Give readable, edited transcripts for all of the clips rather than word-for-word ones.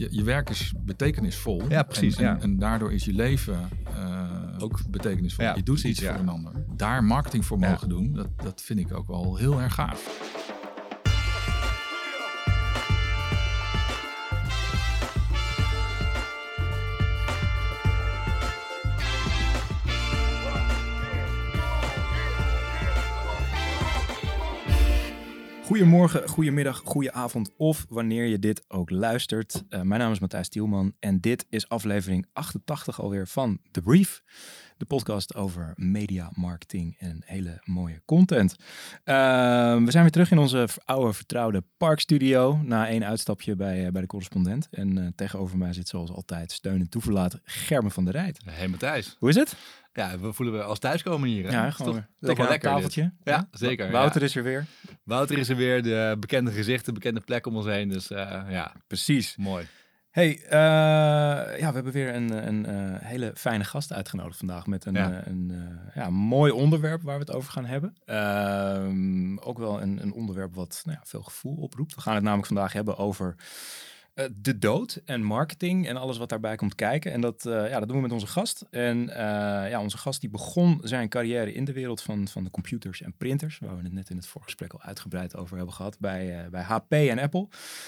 je werk is betekenisvol. Ja, precies. En daardoor is je leven ook betekenisvol. Ja, je doet precies, iets voor een ander. Daar marketing voor mogen doen, dat vind ik ook wel heel erg gaaf. Goedemorgen, goedemiddag, goedenavond of wanneer je dit ook luistert. Mijn naam is Matthijs Tielman en dit is aflevering 88 alweer van The Brief. De podcast over media, marketing en hele mooie content. We zijn weer terug in onze oude vertrouwde parkstudio na 1 uitstapje bij de correspondent. En tegenover mij zit zoals altijd steun en toeverlaat Gerben van der Rijt. Hey Matthijs. Hoe is het? Ja, we voelen we als thuiskomen hier. Hè? Ja, gewoon toch lekker wel aan het tafeltje. Dit. Ja, zeker. Wouter is er weer. Wouter is er weer, de bekende gezichten, bekende plek om ons heen. Dus ja, precies. Mooi. Hey, we hebben weer een hele fijne gast uitgenodigd vandaag met een mooi onderwerp waar we het over gaan hebben. Ook wel een onderwerp wat veel gevoel oproept. We gaan het namelijk vandaag hebben over de dood en marketing en alles wat daarbij komt kijken. En dat doen we met onze gast. En onze gast die begon zijn carrière in de wereld van de computers en printers, waar we het net in het voorgesprek al uitgebreid over hebben gehad, bij HP en Apple.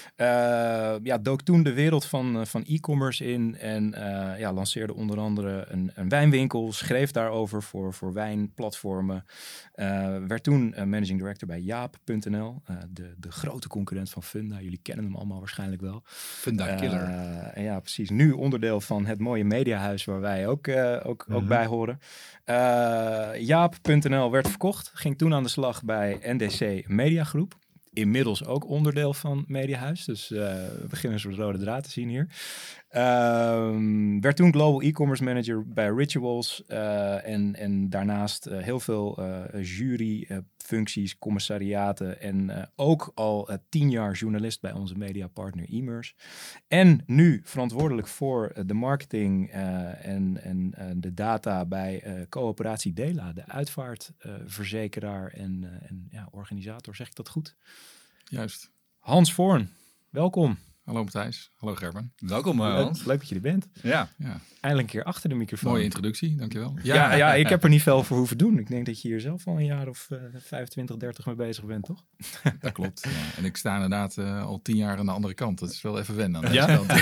Dook toen de wereld van e-commerce in en lanceerde onder andere een wijnwinkel, schreef daarover voor wijnplatformen. Werd toen managing director bij Jaap.nl, de grote concurrent van Funda. Jullie kennen hem allemaal waarschijnlijk wel. Funda Killer. Ja, precies. Nu onderdeel van het mooie mediahuis waar wij ook bij horen. Jaap.nl werd verkocht. Ging toen aan de slag bij NDC Media Groep. Inmiddels ook onderdeel van Mediahuis. Dus we beginnen een soort rode draad te zien hier. Werd toen Global E-commerce Manager bij Rituals. En daarnaast heel veel juryfuncties, commissariaten. En ook al 10 jaar journalist bij onze mediapartner Immers. En nu verantwoordelijk voor de marketing en de data bij Coöperatie Dela. De uitvaartverzekeraar en organisator. Zeg ik dat goed? Juist. Hans Voorn, welkom. Hallo Matthijs. Hallo Gerben. Welkom Hans. Leuk dat je er bent. Ja. Eindelijk een keer achter de microfoon. Mooie introductie, dankjewel. Ja, ik heb er niet veel voor hoeven doen. Ik denk dat je hier zelf al een jaar of 25, 30 mee bezig bent, toch? Dat klopt. Ja. En ik sta inderdaad al 10 jaar aan de andere kant. Dat is wel even wennen. Aan deze kant.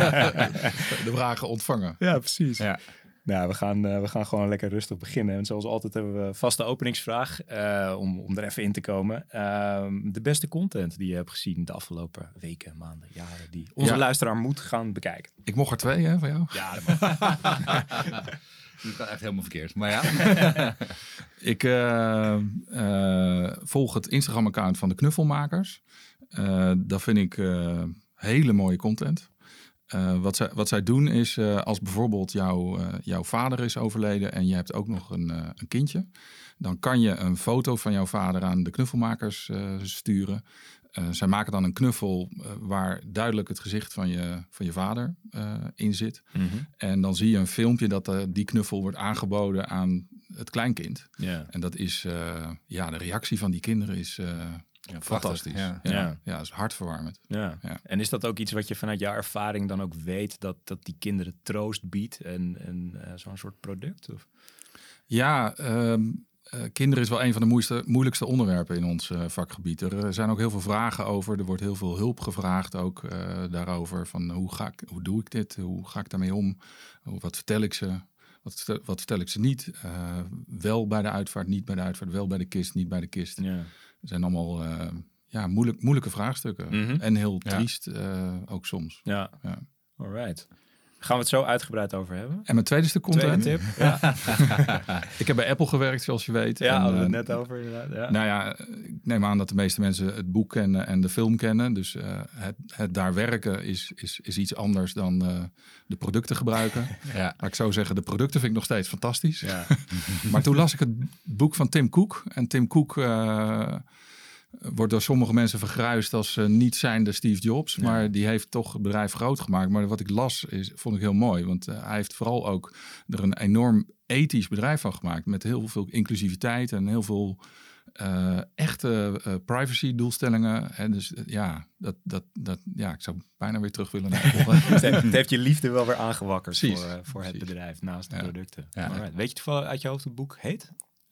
De vragen ontvangen. Ja, precies. Ja. Nou, we gaan gewoon lekker rustig beginnen. En zoals altijd hebben we een vaste openingsvraag om er even in te komen. De beste content die je hebt gezien de afgelopen weken, maanden, jaren, die onze luisteraar moet gaan bekijken. Ik mocht er 2, hè, van jou? Ja, dat mag. Dat gaat echt helemaal verkeerd. Maar ja. Ik volg het Instagram-account van de Knuffelmakers. Dat vind ik hele mooie content. Wat zij doen is, als bijvoorbeeld jouw vader is overleden en je hebt ook nog een kindje, dan kan je een foto van jouw vader aan de knuffelmakers sturen. Zij maken dan een knuffel waar duidelijk het gezicht van je vader in zit. Mm-hmm. En dan zie je een filmpje dat die knuffel wordt aangeboden aan het kleinkind. Yeah. En dat is, de reactie van die kinderen is fantastisch. Ja, dat is hartverwarmend. Ja. En is dat ook iets wat je vanuit jouw ervaring dan ook weet, dat die kinderen troost biedt en zo'n soort product? Of? Ja, kinderen is wel een van de moeilijkste onderwerpen in ons vakgebied. Er zijn ook heel veel vragen over. Er wordt heel veel hulp gevraagd ook daarover. Van hoe doe ik dit? Hoe ga ik daarmee om? Wat vertel ik ze? Wat vertel ik ze niet? Wel bij de uitvaart, niet bij de uitvaart. Wel bij de kist, niet bij de kist. Ja. Het zijn allemaal moeilijke vraagstukken. Mm-hmm. En heel triest ook soms. Ja. Alright. Gaan we het zo uitgebreid over hebben. En mijn tweede stuk content. Tweede tip. Ja. Ik heb bij Apple gewerkt, zoals je weet. Ja, hadden we het net over inderdaad. Ja. Nou ja, ik neem aan dat de meeste mensen het boek kennen en de film kennen. Dus het daar werken is iets anders dan de producten gebruiken. Ja. Maar ik zou zeggen, de producten vind ik nog steeds fantastisch. Ja. Maar toen las ik het boek van Tim Cook. En Tim Cook wordt door sommige mensen vergruisd als niet zijnde Steve Jobs. Ja. Maar die heeft toch het bedrijf groot gemaakt. Maar wat ik las, vond ik heel mooi. Want hij heeft vooral ook er een enorm ethisch bedrijf van gemaakt. Met heel veel inclusiviteit en heel veel Echte privacy doelstellingen. Hè, dus ik zou bijna weer terug willen naar Apple. Het heeft je liefde wel weer aangewakkerd voor het Precies. bedrijf naast de producten. Ja. Alright. Weet je toevallig uit je hoofd hoe het boek heet?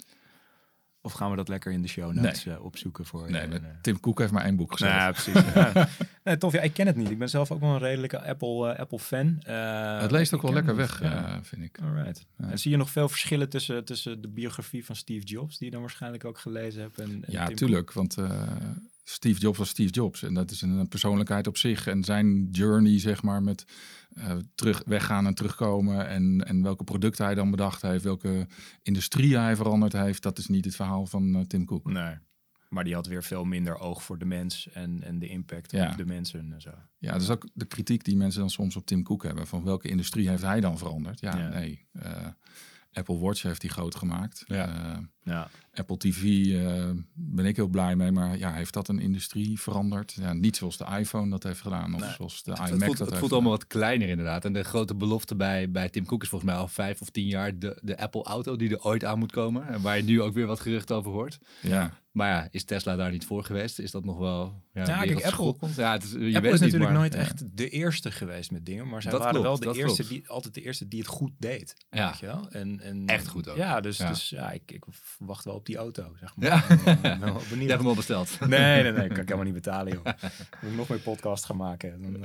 Of gaan we dat lekker in de show notes opzoeken voor Nee, Tim Cook heeft maar 1 boek geschreven. Ja, precies. Ja. Nee, tof. Ja, ik ken het niet. Ik ben zelf ook wel een redelijke Apple-fan. Het leest ook wel lekker weg, vind ik. Alright. Ja. En zie je nog veel verschillen tussen de biografie van Steve Jobs, die je dan waarscheinlijk ook gelezen hebt? En Ja, Tim tuurlijk. Want Steve Jobs was Steve Jobs. En dat is een persoonlijkheid op zich. En zijn journey, zeg maar, met weggaan en terugkomen. En welke producten hij dan bedacht heeft. Welke industrie hij veranderd heeft. Dat is niet het verhaal van Tim Cook. Nee. Maar die had weer veel minder oog voor de mens en de impact op de mensen en zo. Ja, dat is ook de kritiek die mensen dan soms op Tim Cook hebben. Van welke industrie heeft hij dan veranderd? Nee. Apple Watch heeft hij groot gemaakt. Apple TV ben ik heel blij mee. Maar heeft dat een industrie veranderd? Ja, niet zoals de iPhone dat heeft gedaan. Of zoals de iMac Het voelt allemaal wat kleiner inderdaad. En de grote belofte bij Tim Cook is volgens mij al 5 of 10 jaar de Apple Auto die er ooit aan moet komen. En waar je nu ook weer wat gerucht over hoort. Ja. Maar ja, is Tesla daar niet voor geweest? Is dat nog wel... Kijk, Apple is natuurlijk nooit echt de eerste geweest met dingen. Maar zij waren wel de eerste altijd de eerste die het goed deed. Ja. Weet je wel? En echt goed ook. Ja, dus ik wacht wel op die auto, zeg maar. Ja. Ik ben wel benieuwd. Je hebt hem al besteld. Nee, kan ik helemaal niet betalen, joh. Moet ik nog meer podcast gaan maken. Dan,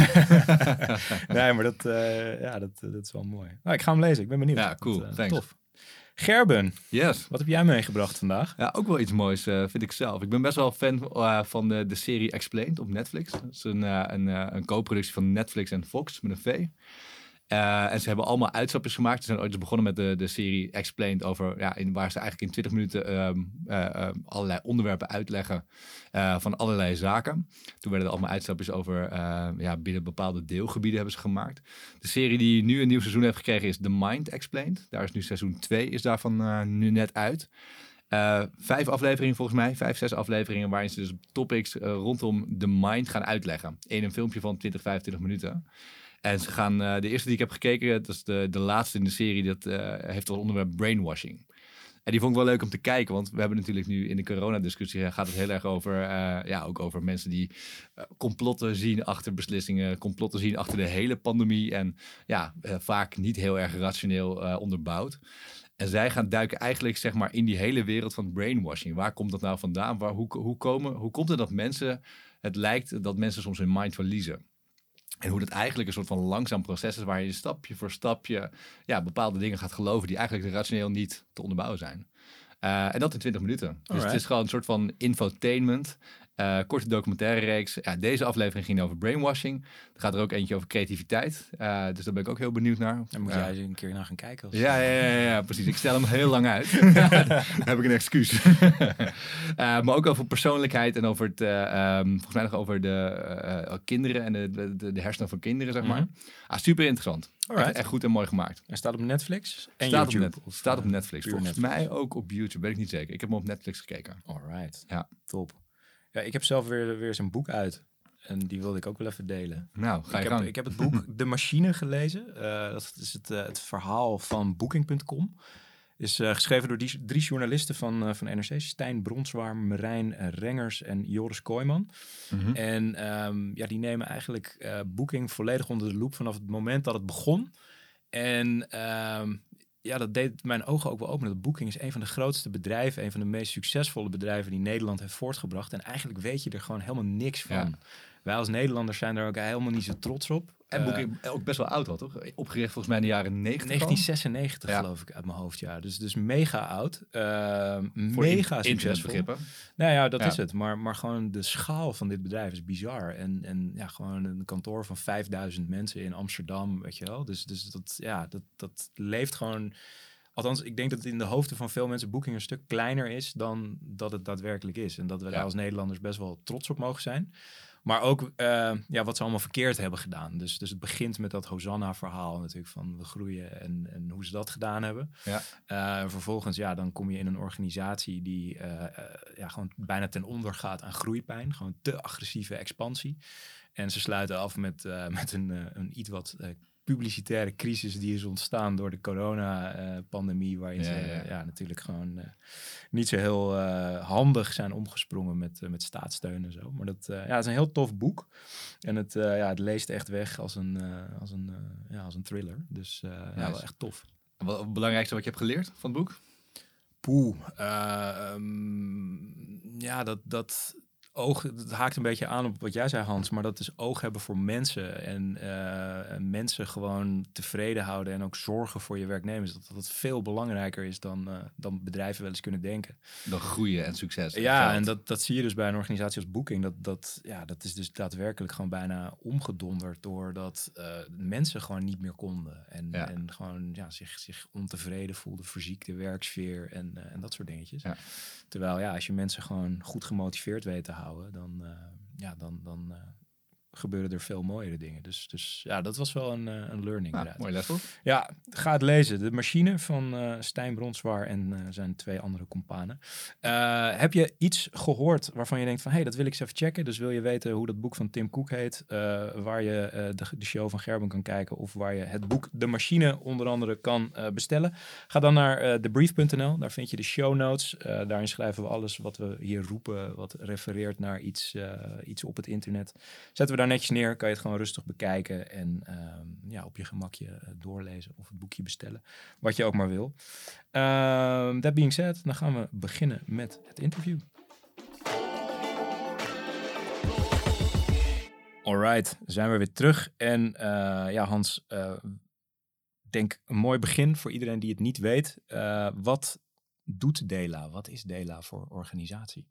nee, maar dat is wel mooi. Nou, ik ga hem lezen, ik ben benieuwd. Ja, cool. Thanks. Tof. Gerben, Yes. wat heb jij meegebracht vandaag? Ja, ook wel iets moois vind ik zelf. Ik ben best wel fan van de serie Explained op Netflix. Dat is een co-productie van Netflix en Fox met een V. En ze hebben allemaal uitstapjes gemaakt. Ze zijn ooit begonnen met de serie Explained over, waar ze eigenlijk in 20 minuten allerlei onderwerpen uitleggen van allerlei zaken. Toen werden er allemaal uitstapjes over binnen bepaalde deelgebieden hebben ze gemaakt. De serie die nu een nieuw seizoen heeft gekregen is The Mind Explained. Daar is nu seizoen 2 is daarvan nu net uit. 5 afleveringen volgens mij, 5, 6 afleveringen waarin ze dus topics rondom the mind gaan uitleggen. In een filmpje van 20, 25 minuten. En ze gaan, de eerste die ik heb gekeken, dat is de laatste in de serie, dat heeft als onderwerp brainwashing. En die vond ik wel leuk om te kijken, want we hebben natuurlijk nu in de coronadiscussie gaat het heel erg over, ook over mensen die complotten zien achter beslissingen, complotten zien achter de hele pandemie en vaak niet heel erg rationeel onderbouwd. En zij gaan duiken eigenlijk zeg maar in die hele wereld van brainwashing. Waar komt dat nou vandaan? Hoe komt het dat het lijkt dat mensen soms hun mind verliezen? En hoe dat eigenlijk een soort van langzaam proces is waar je stapje voor stapje bepaalde dingen gaat geloven die eigenlijk rationeel niet te onderbouwen zijn. En dat in 20 minuten. Dus het is gewoon een soort van infotainment. Korte documentaire reeks. Ja, deze aflevering ging over brainwashing. Er gaat er ook eentje over creativiteit. Dus daar ben ik ook heel benieuwd naar. Dan moet jij een keer naar gaan kijken. Ja, precies. Ik stel hem heel lang uit. Dan heb ik een excuus. Maar ook over persoonlijkheid en over het, volgens mij nog over de kinderen en de hersenen van kinderen, zeg maar. Super interessant. Echt goed en mooi gemaakt. Hij staat op Netflix en staat YouTube? Staat op Netflix. Volgens mij ook op YouTube, weet ik niet zeker. Ik heb hem op Netflix gekeken. Alright. Ja. Top. Ja, ik heb zelf weer zijn boek uit. En die wilde ik ook wel even delen. Nou, ga je gang. Ik heb het boek De Machine gelezen. Dat is het verhaal van Booking.com. Is geschreven door 3 journalisten van NRC. Stijn Bronswaard, Marijn Rengers en Joris Kooijman. En die nemen eigenlijk Booking volledig onder de loep vanaf het moment dat het begon. En dat deed mijn ogen ook wel open. Dat Booking is een van de grootste bedrijven, een van de meest succesvolle bedrijven die Nederland heeft voortgebracht. En eigenlijk weet je er gewoon helemaal niks van. Ja. Wij als Nederlanders zijn daar ook helemaal niet zo trots op. En Booking ook best wel oud, toch? Opgericht volgens mij in de jaren 90. 1996 geloof ik uit mijn hoofd, ja. Dus mega oud. Mega succesvol. Nou ja, dat is het. Maar gewoon de schaal van dit bedrijf is bizar. En gewoon een kantoor van 5000 mensen in Amsterdam, weet je wel. Dus dat leeft gewoon. Althans, ik denk dat het in de hoofden van veel mensen Booking een stuk kleiner is dan dat het daadwerkelijk is. En dat we daar als Nederlanders best wel trots op mogen zijn. Maar ook wat ze allemaal verkeerd hebben gedaan. Dus het begint met dat Hosanna-verhaal natuurlijk van we groeien en hoe ze dat gedaan hebben. Ja. Vervolgens, dan kom je in een organisatie die gewoon bijna ten onder gaat aan groeipijn. Gewoon te agressieve expansie. En ze sluiten af met een iets wat publicitaire crisis die is ontstaan door de corona-pandemie, waarin ze natuurlijk gewoon niet zo heel handig zijn omgesprongen met staatssteun en zo. Maar dat het is een heel tof boek. En het leest echt weg als een thriller. Dus wel echt tof. Wat het belangrijkste wat je hebt geleerd van het boek? Dat oog, dat haakt een beetje aan op wat jij zei, Hans, maar dat is oog hebben voor mensen en mensen gewoon tevreden houden en ook zorgen voor je werknemers. Dat veel belangrijker is dan bedrijven wel eens kunnen denken. Dan groeien en succes. Ja, en dat zie je dus bij een organisatie als Booking. Dat is dus daadwerkelijk gewoon bijna omgedonderd doordat mensen gewoon niet meer konden. En gewoon zich ontevreden voelden, verziekte werksfeer en dat soort dingetjes. Ja. Terwijl als je mensen gewoon goed gemotiveerd weet te houden, dan gebeuren er veel mooiere dingen. Dus dat was wel een learning. Mooi level. Ja, ga het lezen. De Machine van Stijn Bronswaard en zijn 2 andere companen. Heb je iets gehoord waarvan je denkt van, dat wil ik eens even checken. Dus wil je weten hoe dat boek van Tim Cook heet, waar je de show van Gerben kan kijken of waar je het boek De Machine onder andere kan bestellen. Ga dan naar thebrief.nl. Daar vind je de show notes. Daarin schrijven we alles wat we hier roepen, wat refereert naar iets op het internet. Zetten we daar netjes neer, kan je het gewoon rustig bekijken en op je gemakje doorlezen of het boekje bestellen, wat je ook maar wil. That being said, dan gaan we beginnen met het interview. Alright, zijn we weer terug. En Hans, denk een mooi begin voor iedereen die het niet weet. Wat doet Dela? Wat is Dela voor organisatie?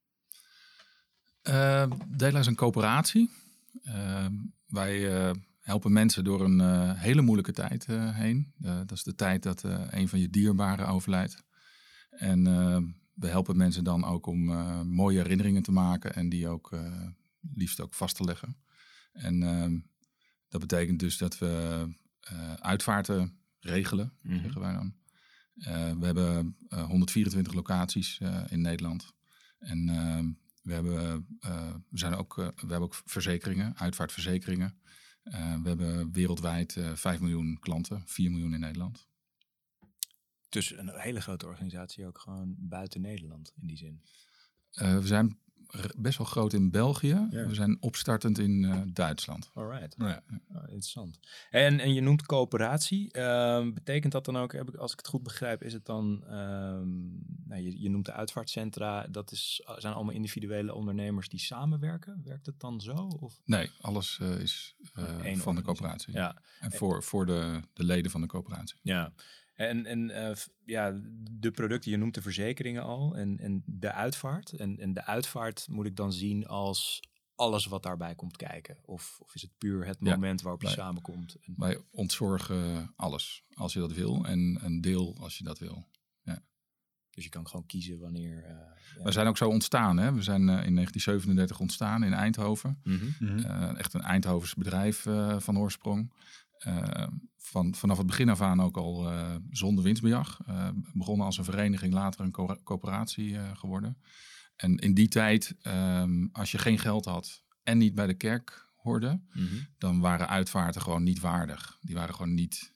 Dela is een coöperatie. Wij helpen mensen door een hele moeilijke tijd heen. Dat is de tijd dat een van je dierbaren overlijdt. En we helpen mensen dan ook om mooie herinneringen te maken en die ook liefst ook vast te leggen. En dat betekent dus dat we uitvaarten regelen, zeggen wij dan. We hebben 124 locaties in Nederland. En we hebben ook verzekeringen, uitvaartverzekeringen. We hebben wereldwijd 5 miljoen klanten, 4 miljoen in Nederland. Dus een hele grote organisatie ook gewoon buiten Nederland in die zin? We zijn best wel groot in België. Ja. We zijn opstartend in Duitsland. Alright. Ja. Interessant. En je noemt coöperatie. Betekent dat dan ook, als ik het goed begrijp, is het dan... je noemt de uitvaartcentra. Dat zijn allemaal individuele ondernemers die samenwerken. Werkt het dan zo? Of? Nee, alles is van de coöperatie. Ja. En voor de leden van de coöperatie. Ja. En de producten, je noemt de verzekeringen al en de uitvaart. En de uitvaart moet ik dan zien als alles wat daarbij komt kijken? Of is het puur het moment waarop je samenkomt? Wij ontzorgen alles als je dat wil en een deel als je dat wil. Ja. Dus je kan gewoon kiezen wanneer... We zijn ook zo ontstaan. Hè? We zijn in 1937 ontstaan in Eindhoven. Echt een Eindhovens bedrijf van oorsprong. Vanaf het begin af aan ook al zonder winstbejag. Begonnen als een vereniging, later een coöperatie geworden. En in die tijd, als je geen geld had en niet bij de kerk hoorde, dan waren uitvaarten gewoon niet waardig. Die waren gewoon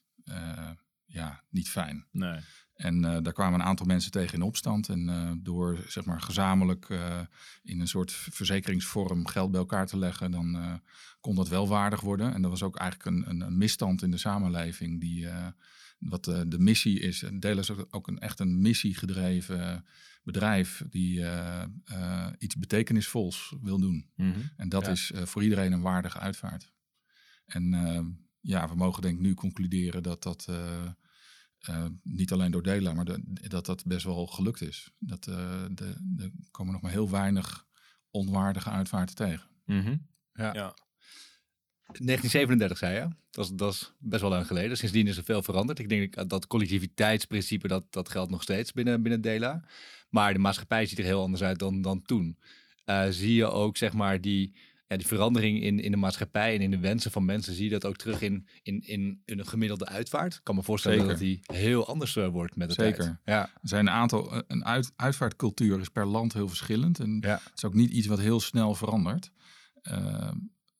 niet fijn. Nee. En daar kwamen een aantal mensen tegen in opstand. En door zeg maar gezamenlijk in een soort verzekeringsvorm geld bij elkaar te leggen, dan kon dat wel waardig worden. En dat was ook eigenlijk een misstand in de samenleving wat de missie is. Dela is ook echt een missiegedreven bedrijf die iets betekenisvols wil doen. En dat is voor iedereen een waardige uitvaart. En we mogen denk ik nu concluderen dat niet alleen door Dela, maar dat best wel gelukt is. Er komen nog maar heel weinig onwaardige uitvaarten tegen. Ja. 1937 zei je. Dat is best wel lang geleden. Sindsdien is er veel veranderd. Ik denk dat collectiviteitsprincipe, dat geldt nog steeds binnen Dela. Maar de maatschappij ziet er heel anders uit dan toen. Zie je ook zeg maar die verandering in de maatschappij en in de wensen van mensen, zie je dat ook terug in een gemiddelde uitvaart? Ik kan me voorstellen dat die heel anders wordt met de tijd. Zeker. Ja. Er zijn een uitvaartcultuur is per land heel verschillend. En het is ook niet iets wat heel snel verandert.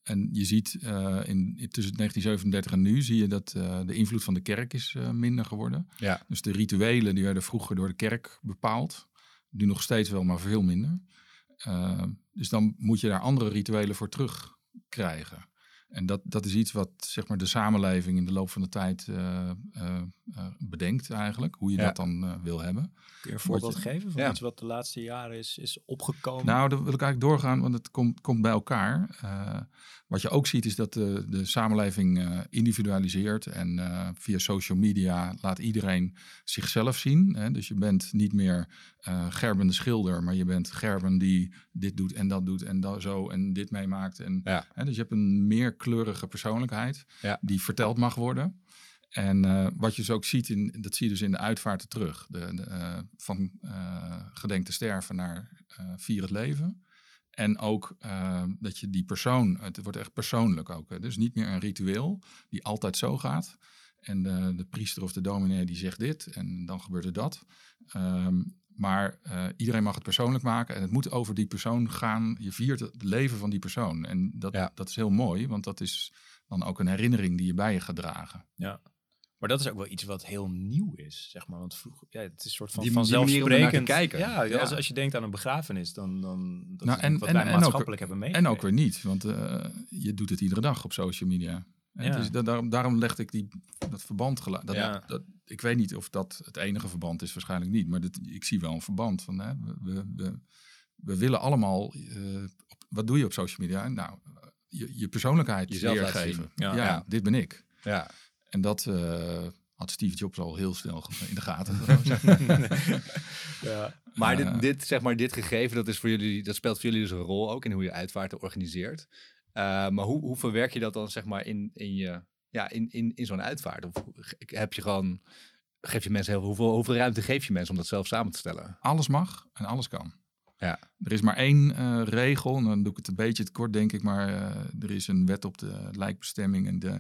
En je ziet tussen 1937 en nu zie je dat de invloed van de kerk is minder geworden. Ja. Dus de rituelen die werden vroeger door de kerk bepaald. Nu nog steeds wel, maar veel minder. Dus dan moet je daar andere rituelen voor terugkrijgen. En dat is iets wat zeg maar, de samenleving in de loop van de tijd bedenkt eigenlijk. Hoe je dat dan wil hebben. Kun je een voorbeeld geven van iets wat de laatste jaren is opgekomen? Nou, daar wil ik eigenlijk doorgaan, want het komt bij elkaar. Wat je ook ziet is dat de samenleving individualiseert. En via social media laat iedereen zichzelf zien. Hè? Dus je bent niet meer Gerben de schilder, maar je bent Gerben die dit doet en dat doet en zo en dit meemaakt. En, dus je hebt een meer kleurige persoonlijkheid die verteld mag worden. En wat je dus ook ziet, dat zie je dus in de uitvaarten terug. Van gedenk te sterven naar vier het leven. En ook dat je die persoon, het wordt echt persoonlijk ook. Hè? Dus niet meer een ritueel die altijd zo gaat. En de priester of de dominee die zegt dit en dan gebeurt er dat. Maar iedereen mag het persoonlijk maken en het moet over die persoon gaan. Je viert het leven van die persoon. En dat is heel mooi, want dat is dan ook een herinnering die je bij je gaat dragen. Ja. Maar dat is ook wel iets wat heel nieuw is, zeg maar. Want vroeger, het is een soort van die vanzelfsprekend. Kijken. Ja, als je denkt aan een begrafenis, dan dat is wat wij maatschappelijk ook, hebben meegekregen. En ook weer niet, want je doet het iedere dag op social media. Dus daarom legde ik dat verband. Ik weet niet of dat het enige verband is, waarschijnlijk niet. Maar ik zie wel een verband van. We willen allemaal. Wat doe je op social media? Nou, je persoonlijkheid jezelf weergeven. Dit ben ik. Ja. En dat had Steve Jobs al heel snel in de gaten. Maar dit gegeven, dat speelt voor jullie dus een rol ook in hoe je uitvaarten organiseert. Maar hoe verwerk je dat dan zeg maar in zo'n uitvaart? Of geef je mensen hoeveel ruimte geef je mensen om dat zelf samen te stellen? Alles mag en alles kan. Ja. Er is maar één regel, en dan doe ik het een beetje te kort denk ik, maar er is een wet op de lijkbestemming en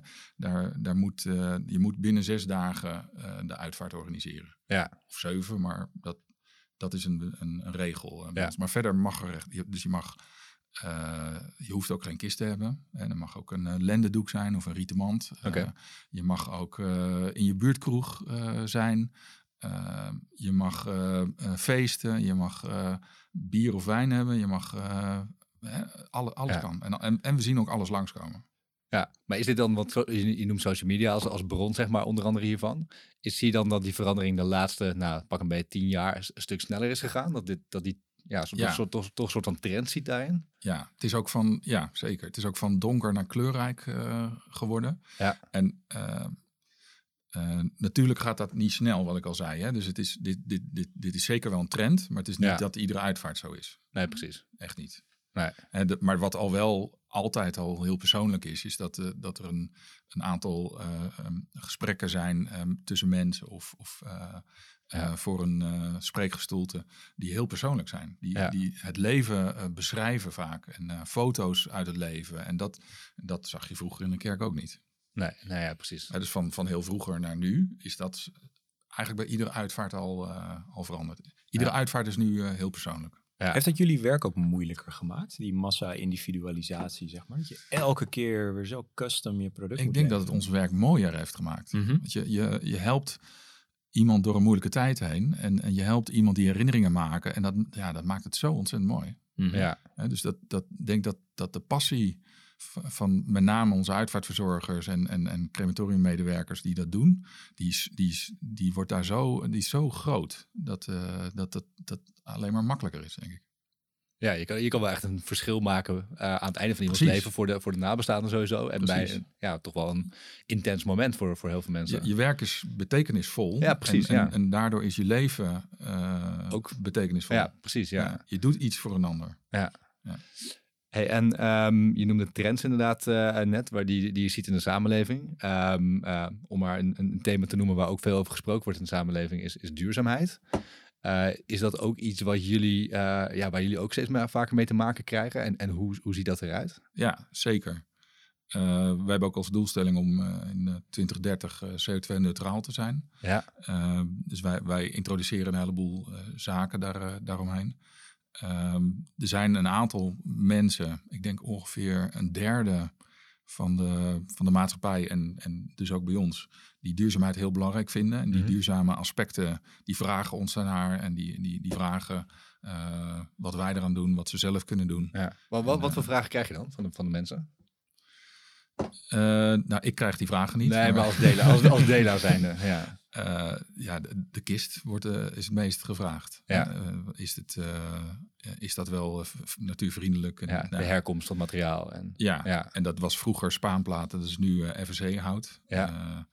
je moet binnen 6 dagen de uitvaart organiseren. Ja. Of 7, maar dat is een regel. Maar verder mag er echt, dus je hoeft ook geen kist te hebben. En er mag ook een lendendoek zijn of een rieten mand. Je mag ook in je buurtkroeg zijn. Je mag feesten, je mag bier of wijn hebben, je mag alles kan. En we zien ook alles langskomen. Ja, maar is dit dan, wat je noemt social media als bron, zeg maar, onder andere hiervan. Zie je dan dat die verandering de laatste, pak een beetje 10 jaar een stuk sneller is gegaan? Toch een soort van trend ziet daarin? Ja, het is ook zeker. Het is ook van donker naar kleurrijk geworden. Ja. En natuurlijk gaat dat niet snel, wat ik al zei. Hè? Dus het is, dit is zeker wel een trend, maar het is niet dat iedere uitvaart zo is. Nee, precies. Echt niet. Nee. Maar wat altijd al heel persoonlijk is dat er een aantal gesprekken zijn tussen mensen of voor een spreekgestoelte die heel persoonlijk zijn. Die het leven beschrijven vaak en foto's uit het leven. En dat zag je vroeger in de kerk ook niet. Nee, precies. Dus van heel vroeger naar nu is dat eigenlijk bij iedere uitvaart al veranderd. Iedere uitvaart is nu heel persoonlijk. Ja. Heeft dat jullie werk ook moeilijker gemaakt? Die massa-individualisatie, zeg maar? Dat je elke keer weer zo custom je product Ik denk dat het ons werk mooier heeft gemaakt. Mm-hmm. Je helpt iemand door een moeilijke tijd heen. En je helpt iemand die herinneringen maken. En dat maakt het zo ontzettend mooi. Mm-hmm. Ja. Dus denk dat de passie van met name onze uitvaartverzorgers en crematoriummedewerkers die dat doen, die wordt daar die is zo groot dat alleen maar makkelijker is, denk ik. Ja, je kan wel echt een verschil maken aan het einde van iemands leven voor de nabestaanden sowieso. En precies. Bij toch wel een intens moment voor heel veel mensen. Je werk is betekenisvol. Ja, precies. En daardoor is je leven ook betekenisvol. Ja, precies. Ja. Je doet iets voor een ander. Ja. Hey, en je noemde trends inderdaad net, waar die je ziet in de samenleving. Om maar een thema te noemen waar ook veel over gesproken wordt in de samenleving, is duurzaamheid. Is dat ook iets wat jullie, waar jullie ook steeds vaker mee te maken krijgen? En hoe ziet dat eruit? Ja, zeker. We hebben ook als doelstelling om in 2030 CO2-neutraal te zijn. Ja. Dus wij introduceren een heleboel zaken daaromheen. Er zijn een aantal mensen, ik denk ongeveer een derde van de maatschappij en dus ook bij ons, die duurzaamheid heel belangrijk vinden. En die duurzame aspecten, die vragen ons daarnaar en die vragen wat wij eraan doen, wat ze zelf kunnen doen. Ja. Wat voor vragen krijg je dan van de mensen? Nou, ik krijg die vragen niet. Nee, maar als Dela zijnde, ja. De kist is het meest gevraagd. Ja. Is dat wel natuurvriendelijk? En, de herkomst van materiaal. En dat was vroeger spaanplaten, dat is nu FSC-hout. Ja.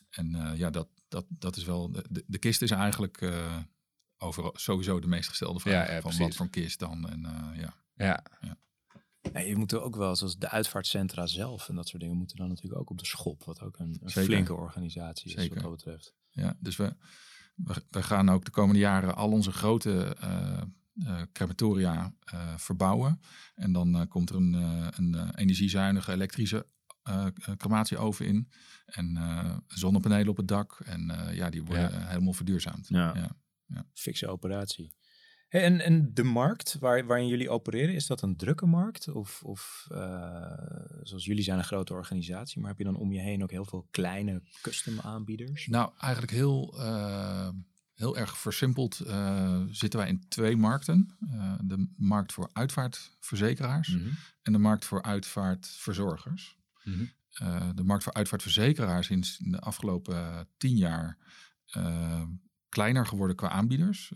Dat is wel... De kist is eigenlijk sowieso de meest gestelde vraag. Van wat voor kist dan? Ja. Nee, je moet er ook wel, zoals de uitvaartcentra zelf en dat soort dingen, moeten dan natuurlijk ook op de schop. Wat ook een flinke organisatie is wat dat betreft. Ja, dus we gaan ook de komende jaren al onze grote crematoria verbouwen. En dan komt er een energiezuinige elektrische crematieoven in. En zonnepanelen op het dak. En die worden helemaal verduurzaamd. Ja. Fikse operatie. Hey, en de markt waarin jullie opereren, is dat een drukke markt? Of zoals jullie zijn een grote organisatie, maar heb je dan om je heen ook heel veel kleine custom aanbieders? Nou, eigenlijk heel erg versimpeld zitten wij in 2 markten. De markt voor uitvaartverzekeraars en de markt voor uitvaartverzorgers. De markt voor uitvaartverzekeraars is in de afgelopen 10 jaar kleiner geworden qua aanbieders.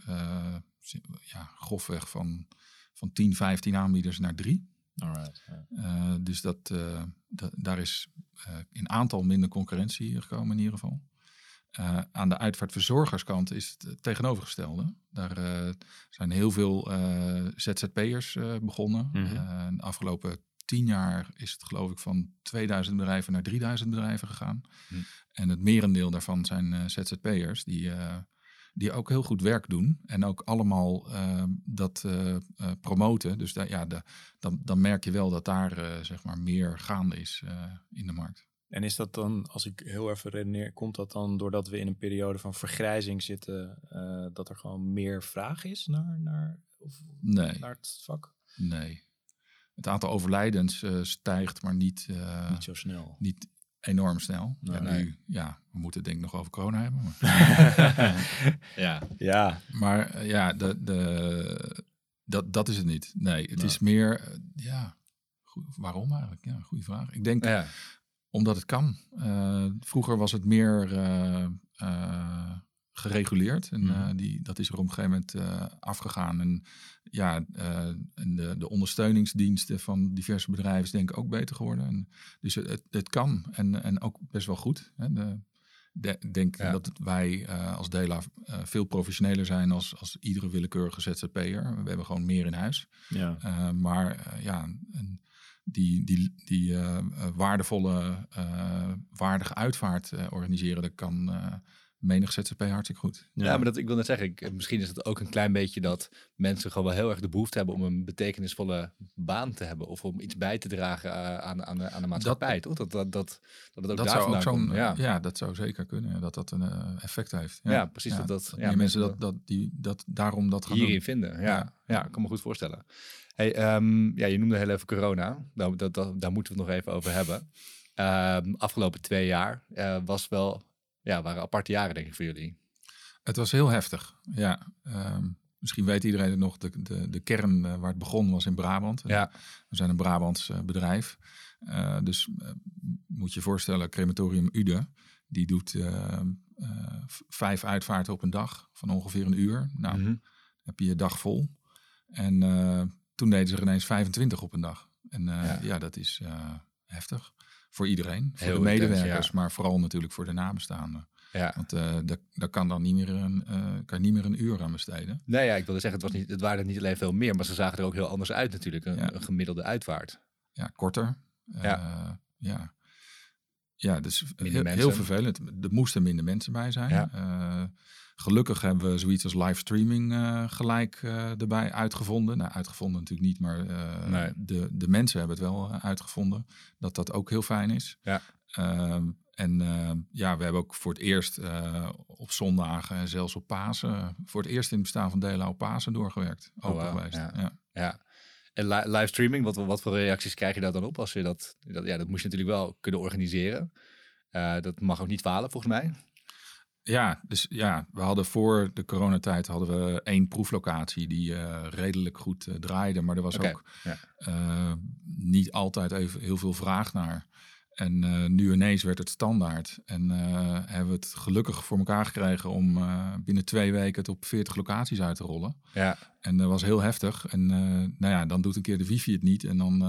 Grofweg van 10, 15 aanbieders naar 3. Alright, dus daar is in aantal minder concurrentie gekomen in ieder geval. Aan de uitvaartverzorgerskant is het tegenovergestelde. Daar zijn heel veel ZZP'ers begonnen. De afgelopen 10 jaar is het geloof ik van 2000 bedrijven naar 3000 bedrijven gegaan. En het merendeel daarvan zijn ZZP'ers die ook heel goed werk doen en ook allemaal dat promoten. Dus dan merk je wel dat daar zeg maar meer gaande is in de markt. En is dat dan, als ik heel even redeneer, komt dat dan doordat we in een periode van vergrijzing zitten, dat er gewoon meer vraag is naar het vak? Nee. Het aantal overlijdens stijgt, maar niet zo snel. Niet enorm snel. Nu, we moeten het denk ik nog over corona hebben. Maar Maar dat is het niet. Nee, het is meer... waarom eigenlijk? Ja, goede vraag. Ik denk omdat het kan. Vroeger was het meer gereguleerd. En dat is er op een gegeven moment afgegaan. En de ondersteuningsdiensten van diverse bedrijven is denk ik ook beter geworden. En dus het kan. En ook best wel goed. Hè. Ik denk dat wij als Dela veel professioneler zijn als iedere willekeurige ZZP'er. We hebben gewoon meer in huis. Ja. Die waardevolle, waardige uitvaart organiseren, dat kan menig ZZP hartstikke goed. Ja, maar ik wil net zeggen, misschien is het ook een klein beetje dat mensen gewoon wel heel erg de behoefte hebben om een betekenisvolle baan te hebben of om iets bij te dragen aan de maatschappij, toch? Dat het ook daar vandaan komt. Ja, dat zou zeker kunnen, dat een effect heeft. Ja, precies. Ja, mensen dat daarom dat gaan hierin doen. vinden. Ja, ik kan me goed voorstellen. Hey, je noemde heel even corona. Daar moeten we het nog even over hebben. Afgelopen 2 jaar waren aparte jaren, denk ik, voor jullie. Het was heel heftig, ja. Misschien weet iedereen het nog, de kern waar het begon was in Brabant. Ja. We zijn een Brabants bedrijf. Dus moet je voorstellen, Crematorium Ude, die doet 5 uitvaarten op een dag van ongeveer 1 uur. Nou, heb je je dag vol. En toen deden ze er ineens 25 op een dag. En dat is heftig. Voor iedereen, voor de medewerkers, maar vooral natuurlijk voor de nabestaanden. Ja. Want daar kan dan niet meer een uur aan besteden. Nee, ik wilde zeggen, het waren niet alleen veel meer, maar ze zagen er ook heel anders uit natuurlijk. Een gemiddelde uitvaart. Ja, korter. Dus heel vervelend. Er moesten minder mensen bij zijn. Ja. Gelukkig hebben we zoiets als livestreaming gelijk erbij uitgevonden. Nou, uitgevonden natuurlijk niet, maar de mensen hebben het wel uitgevonden. Dat ook heel fijn is. Ja. we hebben ook voor het eerst op zondagen en zelfs op Pasen, voor het eerst in het bestaan van Dela op Pasen doorgewerkt. Open geweest. Ja. En livestreaming, wat voor reacties krijg je daar dan op? Als je dat moest je natuurlijk wel kunnen organiseren. Dat mag ook niet falen, volgens mij. Ja, dus we hadden voor de coronatijd hadden we 1 proeflocatie die redelijk goed draaide. Maar er was ook niet altijd even heel veel vraag naar. En nu ineens werd het standaard. En hebben we het gelukkig voor elkaar gekregen om binnen 2 weken het op 40 locaties uit te rollen. Ja. En dat was heel heftig. En dan doet een keer de wifi het niet. En dan,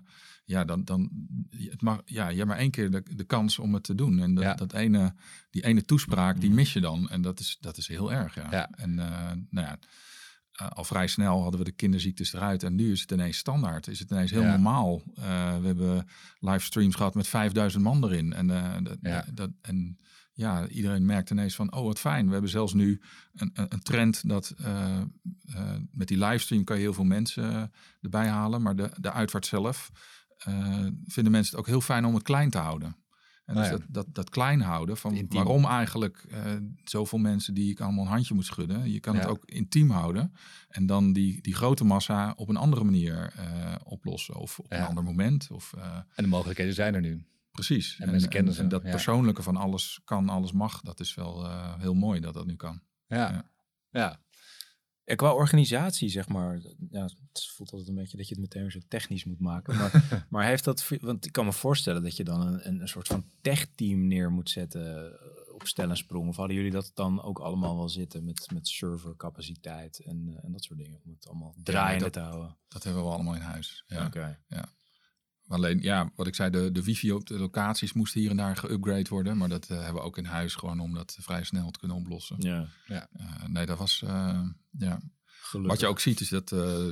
het mag, je hebt maar 1 keer de kans om het te doen. En die ene toespraak, die mis je dan. En dat is heel erg, ja. En al vrij snel hadden we de kinderziektes eruit. En nu is het ineens standaard. Is het ineens heel normaal. We hebben livestreams gehad met 5000 man erin. En iedereen merkt ineens van, wat fijn. We hebben zelfs nu een trend dat met die livestream kan je heel veel mensen erbij halen. Maar de uitvaart zelf vinden mensen het ook heel fijn om het klein te houden. En dus dat klein houden, van intiem. Waarom eigenlijk zoveel mensen die ik allemaal een handje moet schudden. Je kan het ook intiem houden. En dan die grote massa op een andere manier oplossen. Of op een ander moment. En de mogelijkheden zijn er nu. Precies. En mensen kennen ze. En dat persoonlijke van alles kan, alles mag. Dat is wel heel mooi dat dat nu kan. Ja. En qua organisatie, zeg maar, het voelt altijd een beetje dat je het meteen zo technisch moet maken. Maar heeft dat, want ik kan me voorstellen dat je dan een soort van tech-team neer moet zetten op stel en sprong. Of hadden jullie dat dan ook allemaal wel zitten met servercapaciteit en dat soort dingen, om het allemaal draaiende te houden? Dat hebben we allemaal in huis. Ja. Okay. Ja. Alleen, wat ik zei, de wifi op de locaties moest hier en daar geüpgrade worden. Maar dat hebben we ook in huis gewoon om dat vrij snel te kunnen oplossen. Ja. Nee, dat was, Gelukkig. Wat je ook ziet is dat,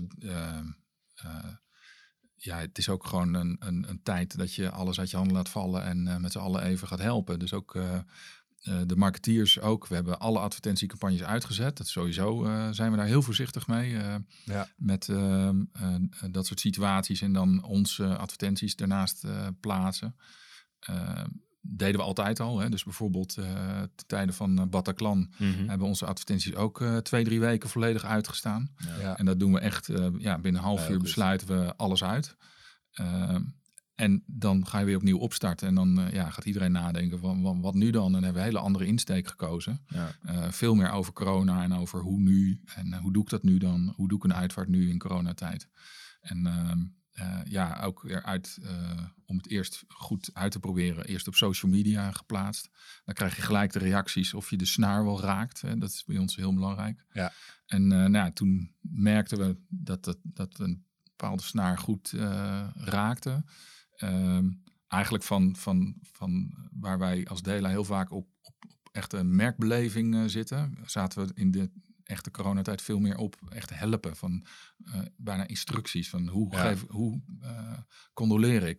het is ook gewoon een tijd dat je alles uit je handen laat vallen en met z'n allen even gaat helpen. Dus ook de marketeers ook. We hebben alle advertentiecampagnes uitgezet. Dat sowieso zijn we daar heel voorzichtig mee. Met dat soort situaties en dan onze advertenties daarnaast plaatsen. Deden we altijd al. Hè? Dus bijvoorbeeld ten tijde van Bataclan hebben onze advertenties ook 2-3 weken volledig uitgestaan. Ja. En dat doen we echt binnen een half uur besluiten we alles uit. En dan ga je weer opnieuw opstarten. En dan gaat iedereen nadenken van wat nu dan? En dan hebben we een hele andere insteek gekozen. Ja. Veel meer over corona en over hoe nu. En hoe doe ik dat nu dan? Hoe doe ik een uitvaart nu in coronatijd? En ook weer uit om het eerst goed uit te proberen. Eerst op social media geplaatst. Dan krijg je gelijk de reacties of je de snaar wel raakt. Hè. Dat is bij ons heel belangrijk. Ja. En toen merkten we dat we een bepaalde snaar goed raakten. Eigenlijk van waar wij als Dela heel vaak op echte merkbeleving zitten. Zaten we in de echte coronatijd veel meer op echt helpen van bijna instructies van hoe condoleer ik,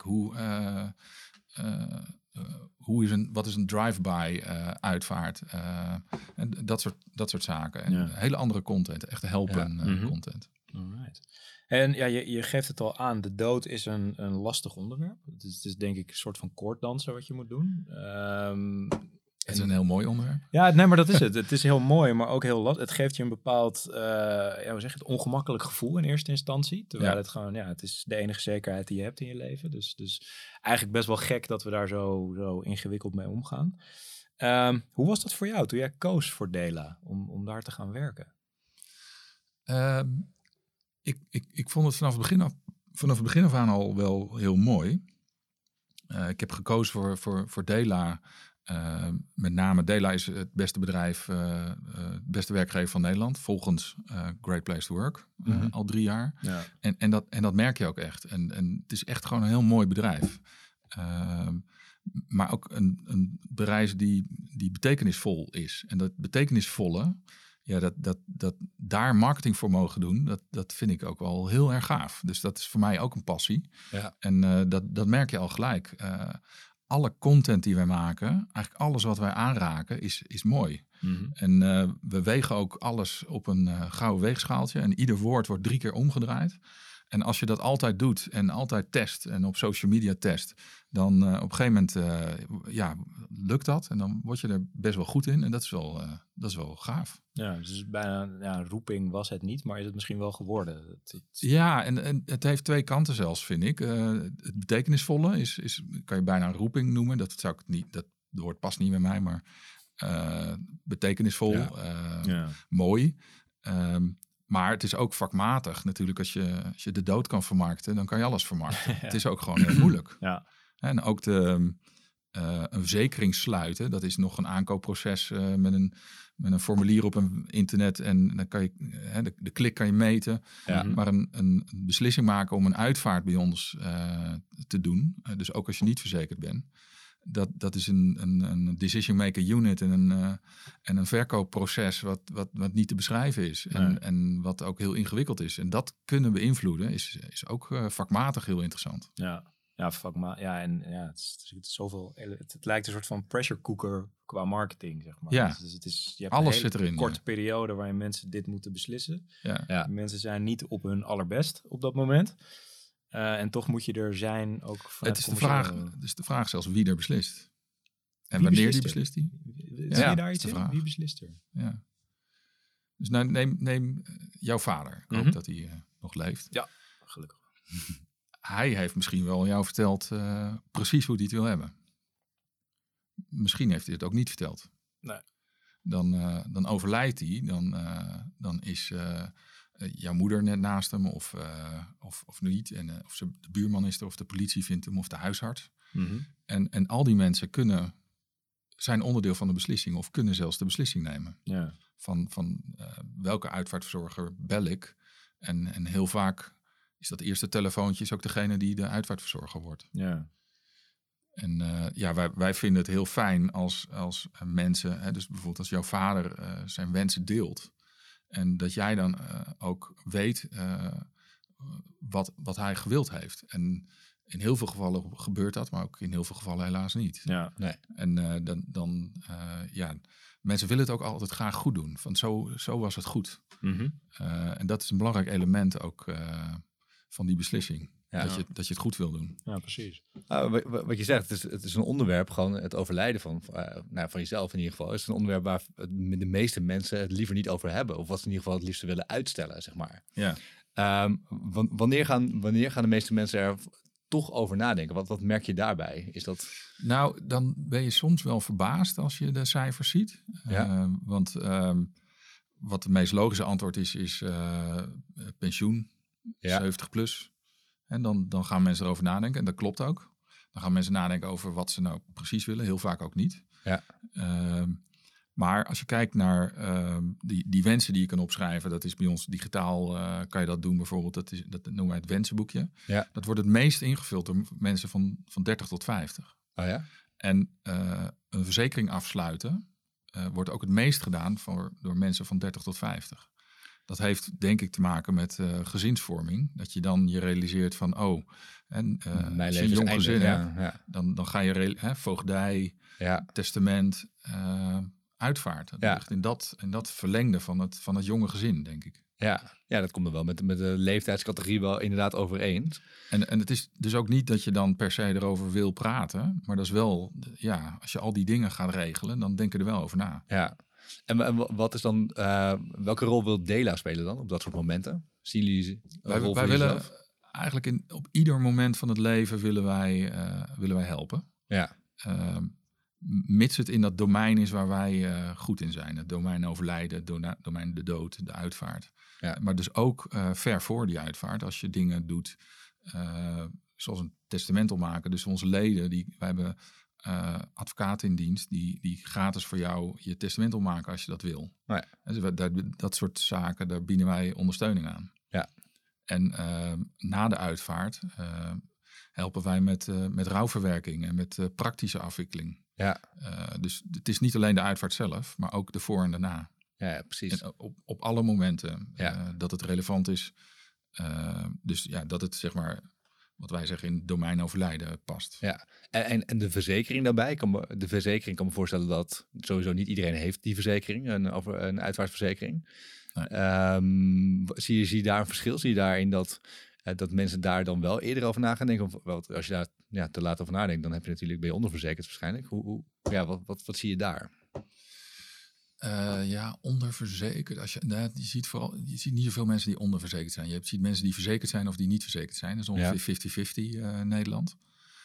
wat is een drive-by uitvaart en dat soort zaken en hele andere content, echt helpen content. Alright. En je geeft het al aan, de dood is een lastig onderwerp. Het is denk ik een soort van koorddansen wat je moet doen. Het is een heel mooi onderwerp. Ja, nee, maar dat is het. Het is heel mooi, maar ook heel lastig. Het geeft je een bepaald, ongemakkelijk gevoel in eerste instantie. Terwijl het gewoon, het is de enige zekerheid die je hebt in je leven. Dus eigenlijk best wel gek dat we daar zo ingewikkeld mee omgaan. Hoe was dat voor jou toen jij koos voor Dela om daar te gaan werken? Ik vond het vanaf het begin af aan al wel heel mooi. Ik heb gekozen voor Dela. Met name Dela is het beste bedrijf, het beste werkgever van Nederland. Volgens Great Place to Work. Al 3 jaar. Ja. En dat merk je ook echt. En het is echt gewoon een heel mooi bedrijf. Maar ook een bedrijf die betekenisvol is. En dat betekenisvolle... dat daar marketing voor mogen doen, dat vind ik ook wel heel erg gaaf. Dus dat is voor mij ook een passie. Ja. En dat merk je al gelijk. Alle content die wij maken, eigenlijk alles wat wij aanraken, is mooi. Mm-hmm. En we wegen ook alles op een gouden weegschaaltje. En ieder woord wordt 3 keer omgedraaid. En als je dat altijd doet en altijd test en op social media test, dan op een gegeven moment lukt dat. En dan word je er best wel goed in. En dat is wel gaaf. Ja, dus bijna roeping was het niet, maar is het misschien wel geworden. Ja, en het heeft twee kanten zelfs, vind ik. Het betekenisvolle kan je bijna een roeping noemen. Dat zou ik niet, dat woord past niet bij mij, maar betekenisvol, mooi. Maar het is ook vakmatig. Natuurlijk, als je de dood kan vermarkten, dan kan je alles vermarkten. Het is ook gewoon heel moeilijk. Ja. En ook een verzekering sluiten, dat is nog een aankoopproces met een formulier op een internet. En dan kan je de klik kan je meten. Ja. Maar een beslissing maken om een uitvaart bij ons te doen, dus ook als je niet verzekerd bent, dat is een decision maker unit en een verkoopproces wat niet te beschrijven is. En wat ook heel ingewikkeld is. En dat kunnen beïnvloeden is ook vakmatig heel interessant. Ja. Ja, het is zoveel. Het lijkt een soort van pressure cooker qua marketing, zeg maar. Ja. Dus je hebt alles een zit erin. korte periode waarin mensen dit moeten beslissen. Ja. Mensen zijn niet op hun allerbest op dat moment. En toch moet je er zijn ook Het is de vraag zelfs wie er beslist. En wie wanneer beslist die beslist die? Zie je daar iets de in? vraag. Wie beslist er? Ja. Dus nou, neem jouw vader. Ik hoop dat hij nog leeft. Ja, gelukkig. Hij heeft misschien wel jou verteld precies hoe hij het wil hebben. Misschien heeft hij het ook niet verteld. Nee. Dan overlijdt hij. Dan is jouw moeder net naast hem of niet. En of de buurman is er of de politie vindt hem of de huisarts. Mm-hmm. En al die mensen zijn onderdeel van de beslissing of kunnen zelfs de beslissing nemen. Ja. Van welke uitvaartverzorger bel ik. En heel vaak is dat eerste telefoontje is ook degene die de uitvaartverzorger wordt. Ja. En wij vinden het heel fijn als mensen, dus bijvoorbeeld als jouw vader zijn wensen deelt. En dat jij dan ook weet wat hij gewild heeft. En in heel veel gevallen gebeurt dat, maar ook in heel veel gevallen helaas niet. Ja. Nee. En mensen willen het ook altijd graag goed doen. Van zo was het goed. Mm-hmm. En dat is een belangrijk element ook van die beslissing. Ja. Dat je het goed wil doen. Ja, precies. Wat je zegt, het is een onderwerp, gewoon het overlijden van jezelf in ieder geval. Het is een onderwerp waar de meeste mensen het liever niet over hebben. Of wat ze in ieder geval het liefst willen uitstellen, zeg maar. Ja. Wanneer gaan de meeste mensen er toch over nadenken? Wat merk je daarbij? Is dat... Nou, dan ben je soms wel verbaasd als je de cijfers ziet. Ja. Want wat de meest logische antwoord is pensioen, 70 plus. En dan gaan mensen erover nadenken. En dat klopt ook. Dan gaan mensen nadenken over wat ze nou precies willen. Heel vaak ook niet. Ja. Maar als je kijkt naar die wensen die je kan opschrijven. Dat is bij ons digitaal, kan je dat doen bijvoorbeeld. Dat noemen wij het wensenboekje. Ja. Dat wordt het meest ingevuld door mensen van 30 tot 50. Oh ja? En een verzekering afsluiten wordt ook het meest gedaan door mensen van 30 tot 50. Dat heeft denk ik te maken met gezinsvorming. Dat je dan je realiseert van mijn als je leven een jong is gezin eindig, hebt, dan ga je voogdij, testament, uitvaart. Dat ligt in dat verlengde van het jonge gezin, denk ik. Ja, dat komt er wel met de leeftijdscategorie wel inderdaad overeen. En het is dus ook niet dat je dan per se erover wil praten. Maar dat is wel, als je al die dingen gaat regelen, dan denk je er wel over na. Ja. En wat is dan, welke rol wil Dela spelen dan op dat soort momenten? Zien jullie wij willen eigenlijk op ieder moment van het leven willen wij helpen. Ja. Mits het in dat domein is waar wij goed in zijn. Het domein overlijden, het domein de dood, de uitvaart. Ja. Maar dus ook ver voor die uitvaart. Als je dingen doet, zoals een testament maken. Dus onze leden, wij hebben advocaten in dienst die gratis voor jou je testament opmaken als je dat wil. Oh ja. Dus dat soort zaken, daar bieden wij ondersteuning aan. Ja. En na de uitvaart helpen wij met rouwverwerking en met praktische afwikkeling. Ja. Dus het is niet alleen de uitvaart zelf, maar ook de voor en daarna. Ja, precies. En op alle momenten dat het relevant is. Dus dat het zeg maar, wat wij zeggen, in het domein overlijden past. Ja, en de verzekering daarbij. De verzekering kan me voorstellen dat sowieso niet iedereen heeft die verzekering, een uitvaartverzekering. Nee. Zie je daar een verschil? Zie je daarin dat dat mensen daar dan wel eerder over na gaan denken. Of, als je daar te laat over nadenkt, dan ben je onderverzekerd waarschijnlijk. Wat zie je daar? Onderverzekerd. Je ziet niet zoveel mensen die onderverzekerd zijn. Je ziet mensen die verzekerd zijn of die niet verzekerd zijn. Dat is ongeveer 50-50 Nederland.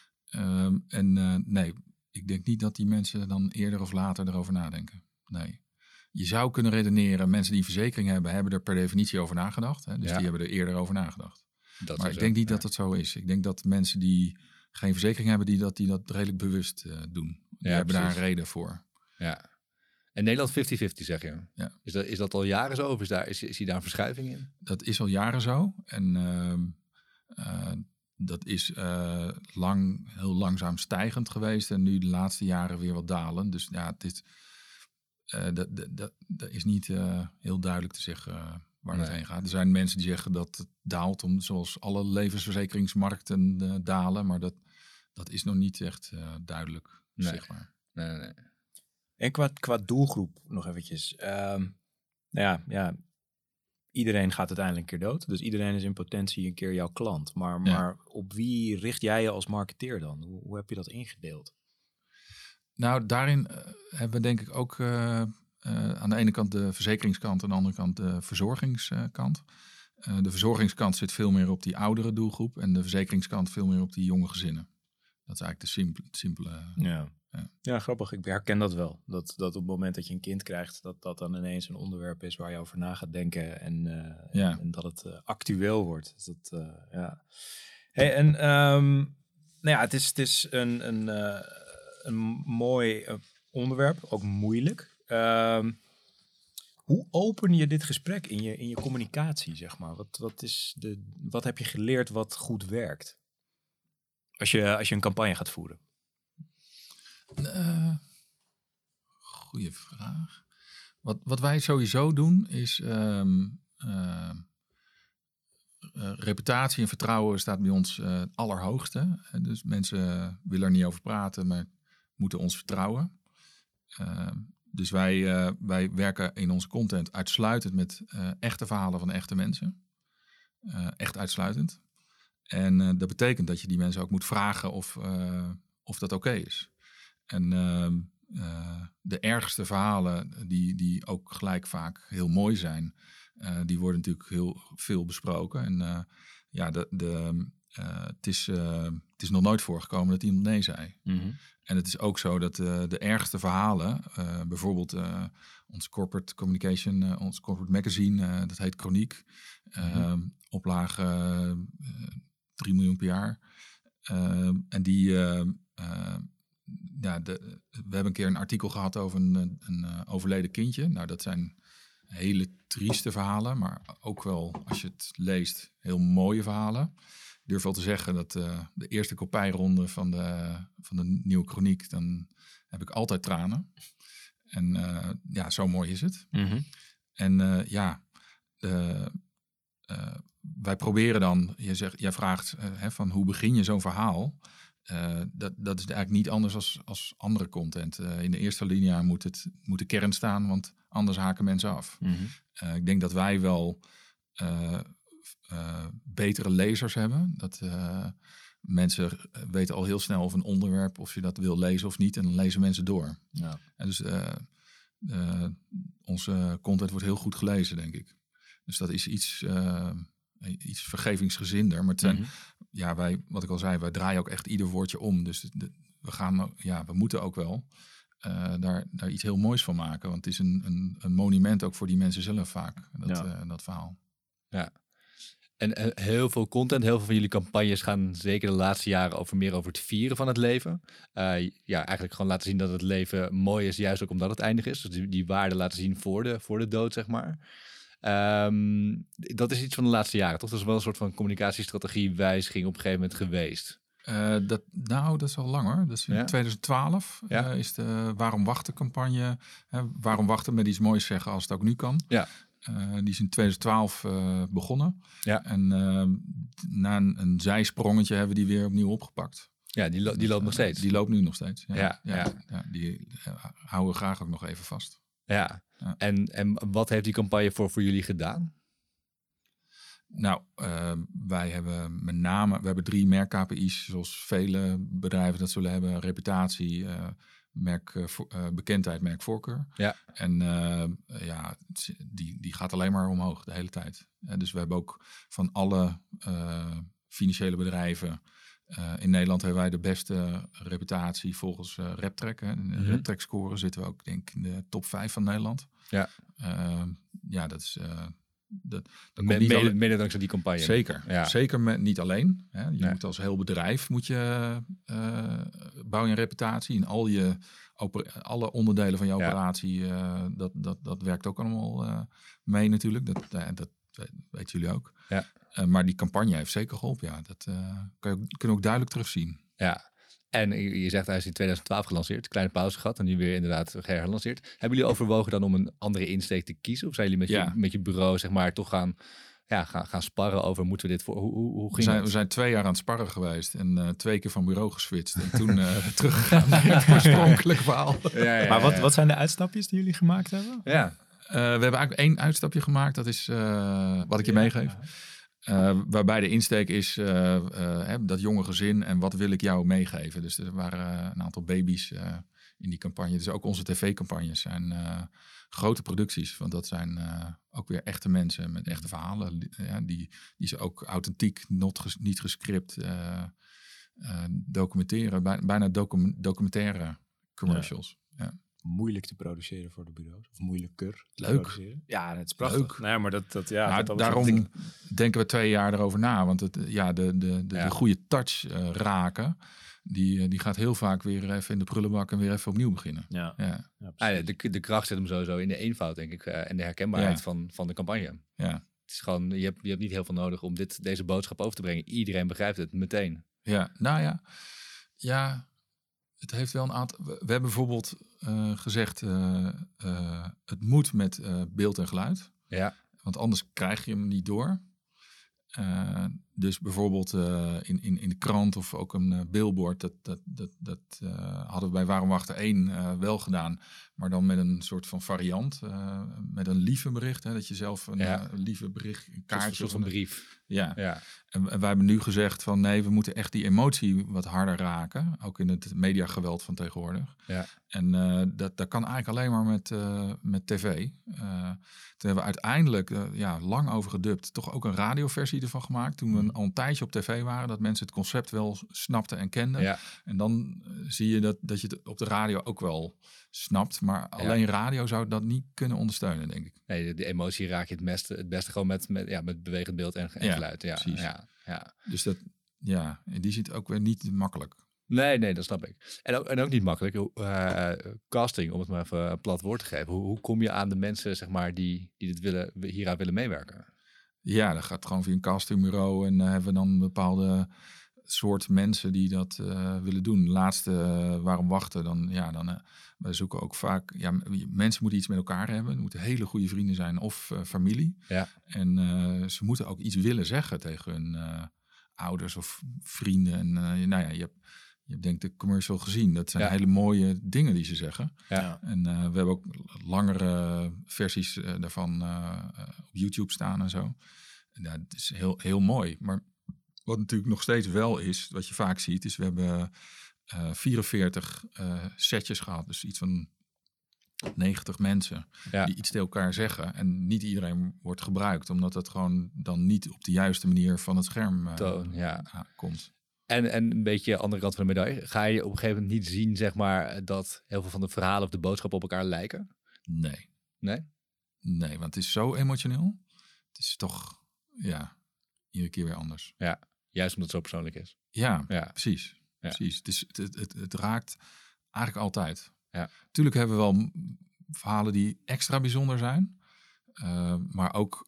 Nee, ik denk niet dat die mensen dan eerder of later erover nadenken. Nee. Je zou kunnen redeneren, mensen die verzekering hebben er per definitie over nagedacht. Hè? Dus die hebben er eerder over nagedacht. Maar ik denk niet dat het zo is. Ik denk dat mensen die geen verzekering hebben, die dat redelijk bewust doen. Die hebben daar een reden voor. Ja. En Nederland 50-50 zeg je? Ja. Is dat al jaren zo? Of is hier daar een verschuiving in? Dat is al jaren zo. En dat is heel langzaam stijgend geweest. En nu de laatste jaren weer wat dalen. Dus ja, dat is niet heel duidelijk te zeggen waar het heen gaat. Er zijn mensen die zeggen dat het daalt, zoals alle levensverzekeringsmarkten dalen. Maar dat is nog niet echt duidelijk zichtbaar. Nee. En qua doelgroep nog eventjes. Iedereen gaat uiteindelijk een keer dood. Dus iedereen is in potentie een keer jouw klant. Maar op wie richt jij je als marketeer dan? Hoe heb je dat ingedeeld? Nou, daarin hebben we denk ik ook aan de ene kant de verzekeringskant... en aan de andere kant de verzorgingskant. De verzorgingskant zit veel meer op die oudere doelgroep... en de verzekeringskant veel meer op die jonge gezinnen. Dat is eigenlijk de simpele... Ja, grappig. Ik herken dat wel. Dat op het moment dat je een kind krijgt... dat dan ineens een onderwerp is waar je over na gaat denken... en dat het actueel wordt. Dus dat, Hey, en het is een mooi onderwerp, ook moeilijk. Hoe open je dit gesprek in je communicatie, zeg maar? Wat heb je geleerd wat goed werkt? Als je een campagne gaat voeren. Goeie vraag. Wat wij sowieso doen is... reputatie en vertrouwen staat bij ons allerhoogste. Dus mensen willen er niet over praten, maar moeten ons vertrouwen. Dus wij werken in onze content uitsluitend met echte verhalen van echte mensen. Echt uitsluitend. En dat betekent dat je die mensen ook moet vragen of dat oké is. En de ergste verhalen, die ook gelijk vaak heel mooi zijn... die worden natuurlijk heel veel besproken. En het is nog nooit voorgekomen dat iemand nee zei. Mm-hmm. En het is ook zo dat de ergste verhalen... bijvoorbeeld ons corporate communication, ons corporate magazine... dat heet Chroniek. Oplage 3 miljoen per jaar. En die... we hebben een keer een artikel gehad over een overleden kindje. Nou, dat zijn hele trieste verhalen, maar ook wel, als je het leest, heel mooie verhalen. Ik durf wel te zeggen dat de eerste kopijronde van de nieuwe Chroniek, dan heb ik altijd tranen. En zo mooi is het. Mm-hmm. En wij proberen dan, jij vraagt van hoe begin je zo'n verhaal? Dat is eigenlijk niet anders als andere content. In de eerste linia moet de kern staan, want anders haken mensen af. Mm-hmm. Ik denk dat wij wel betere lezers hebben. Dat mensen weten al heel snel of een onderwerp, of je dat wil lezen of niet. En dan lezen mensen door. Ja. En dus onze content wordt heel goed gelezen, denk ik. Dus dat is iets vergevingsgezinder. Maar het zijn, wat ik al zei, wij draaien ook echt ieder woordje om. Dus we moeten ook wel daar iets heel moois van maken. Want het is een monument ook voor die mensen zelf vaak, dat verhaal. Ja. En heel veel content, heel veel van jullie campagnes gaan zeker de laatste jaren meer over het vieren van het leven. Eigenlijk gewoon laten zien dat het leven mooi is, juist ook omdat het eindig is. Dus die waarde laten zien voor de dood, zeg maar. Dat is iets van de laatste jaren, toch? Dat is wel een soort van communicatiestrategie-wijziging op een gegeven moment geweest. Dat is al langer. Dat is in 2012 is de Waarom Wachten campagne. Waarom wachten met iets moois zeggen als het ook nu kan. Ja. Die is in 2012 begonnen. Ja. En na een zijsprongetje hebben we die weer opnieuw opgepakt. Ja, die loopt nog steeds. Die loopt nu nog steeds. Ja. Die houden we graag ook nog even vast. Ja. En wat heeft die campagne voor jullie gedaan? Nou, wij hebben met name, we hebben 3 merk-KPI's, zoals vele bedrijven dat zullen hebben. Reputatie, bekendheid, merkvoorkeur. Ja. En die gaat alleen maar omhoog de hele tijd. Dus we hebben ook van alle financiële bedrijven in Nederland hebben wij de beste reputatie volgens RepTrak. In de RepTrak score zitten we ook denk ik in de top 5 van Nederland. Ja. Dat is... Mede dankzij die campagne. Zeker. Ja. Zeker niet alleen. Hè. Je moet als heel bedrijf bouw je een reputatie in alle onderdelen van je operatie. Dat werkt ook allemaal mee natuurlijk. Dat weten jullie ook. Ja. Maar die campagne heeft zeker geholpen. Ja. Dat kunnen we ook duidelijk terugzien. Ja. En je zegt hij is in 2012 gelanceerd, kleine pauze gehad en nu weer inderdaad geherlanceerd. Hebben jullie overwogen dan om een andere insteek te kiezen? Of zijn jullie met je bureau zeg maar toch gaan sparren over moeten we dit voor? Hoe ging het? We zijn 2 jaar aan het sparren geweest en 2 keer van bureau geswitcht. En toen teruggegaan naar het oorspronkelijke verhaal. Ja. Maar wat zijn de uitstapjes die jullie gemaakt hebben? Ja. We hebben eigenlijk 1 uitstapje gemaakt. Dat is wat ik je meegeef. Waarbij de insteek is dat jonge gezin en wat wil ik jou meegeven. Dus er waren een aantal baby's in die campagne. Dus ook onze tv-campagnes zijn grote producties. Want dat zijn ook weer echte mensen met echte verhalen. Die ze ook authentiek, niet gescript documenteren. Bijna documentaire commercials. Ja. Moeilijk te produceren voor de bureaus. Of moeilijker te Leuk. produceren. Ja, het is prachtig. Leuk. Nee, maar daarom denken we 2 jaar erover na. Want de goede touch raken, die gaat heel vaak weer even in de prullenbak en weer even opnieuw beginnen. Ja. De kracht zit hem sowieso in de eenvoud, denk ik. En de herkenbaarheid van de campagne. Ja. Het is gewoon, je hebt niet heel veel nodig om deze boodschap over te brengen. Iedereen begrijpt het meteen. Ja, nou ja. Ja, het heeft wel een aantal... We hebben bijvoorbeeld gezegd, het moet met beeld en geluid. Ja. Want anders krijg je hem niet door. Dus bijvoorbeeld in de krant of ook een billboard, dat hadden we bij Waarom Wachten 1 wel gedaan. Maar dan met een soort van variant, met een lieve bericht. Hè, dat je zelf een lieve bericht, een kaartje. Een soort van brief. Ja. En wij hebben nu gezegd van nee, we moeten echt die emotie wat harder raken. Ook in het mediageweld van tegenwoordig. Ja. En dat kan eigenlijk alleen maar met tv. Toen hebben we uiteindelijk lang over gedubt. Toch ook een radioversie ervan gemaakt. Toen we al een tijdje op tv waren. Dat mensen het concept wel snapten en kenden. Ja. En dan zie je dat je het op de radio ook wel snapt. Maar alleen radio zou dat niet kunnen ondersteunen, denk ik. Nee, de emotie raak je het beste gewoon met bewegend beeld en geluid. Ja, precies. Ja. Dus dat, in die zin ook weer niet makkelijk. Nee, dat snap ik. En ook niet makkelijk. Casting, om het maar even een plat woord te geven. Hoe kom je aan de mensen, zeg maar, die hieraan willen meewerken? Ja, dat gaat gewoon via een castingbureau. En hebben we dan een bepaalde soort mensen die dat willen doen. Laatste, Waarom Wachten? Wij zoeken ook vaak... Ja, mensen moeten iets met elkaar hebben. Het moeten hele goede vrienden zijn of familie. Ja. En ze moeten ook iets willen zeggen tegen hun ouders of vrienden. En je hebt denk ik de commercial gezien. Dat zijn hele mooie dingen die ze zeggen. Ja. En we hebben ook langere versies daarvan op YouTube staan en zo. En dat is heel, heel mooi. Maar wat natuurlijk nog steeds wel is, wat je vaak ziet, is we hebben 44 setjes gehad. Dus iets van 90 mensen die iets tegen elkaar zeggen. En niet iedereen wordt gebruikt, omdat dat gewoon dan niet op de juiste manier van het scherm komt. En een beetje andere kant van de medaille. Ga je op een gegeven moment niet zien, zeg maar, dat heel veel van de verhalen of de boodschappen op elkaar lijken? Nee. Nee? Nee, want het is zo emotioneel. Het is toch, iedere keer weer anders. Ja, juist omdat het zo persoonlijk is. Ja. Precies. Ja. Precies. Het raakt eigenlijk altijd. Ja. Tuurlijk hebben we wel verhalen die extra bijzonder zijn. Maar ook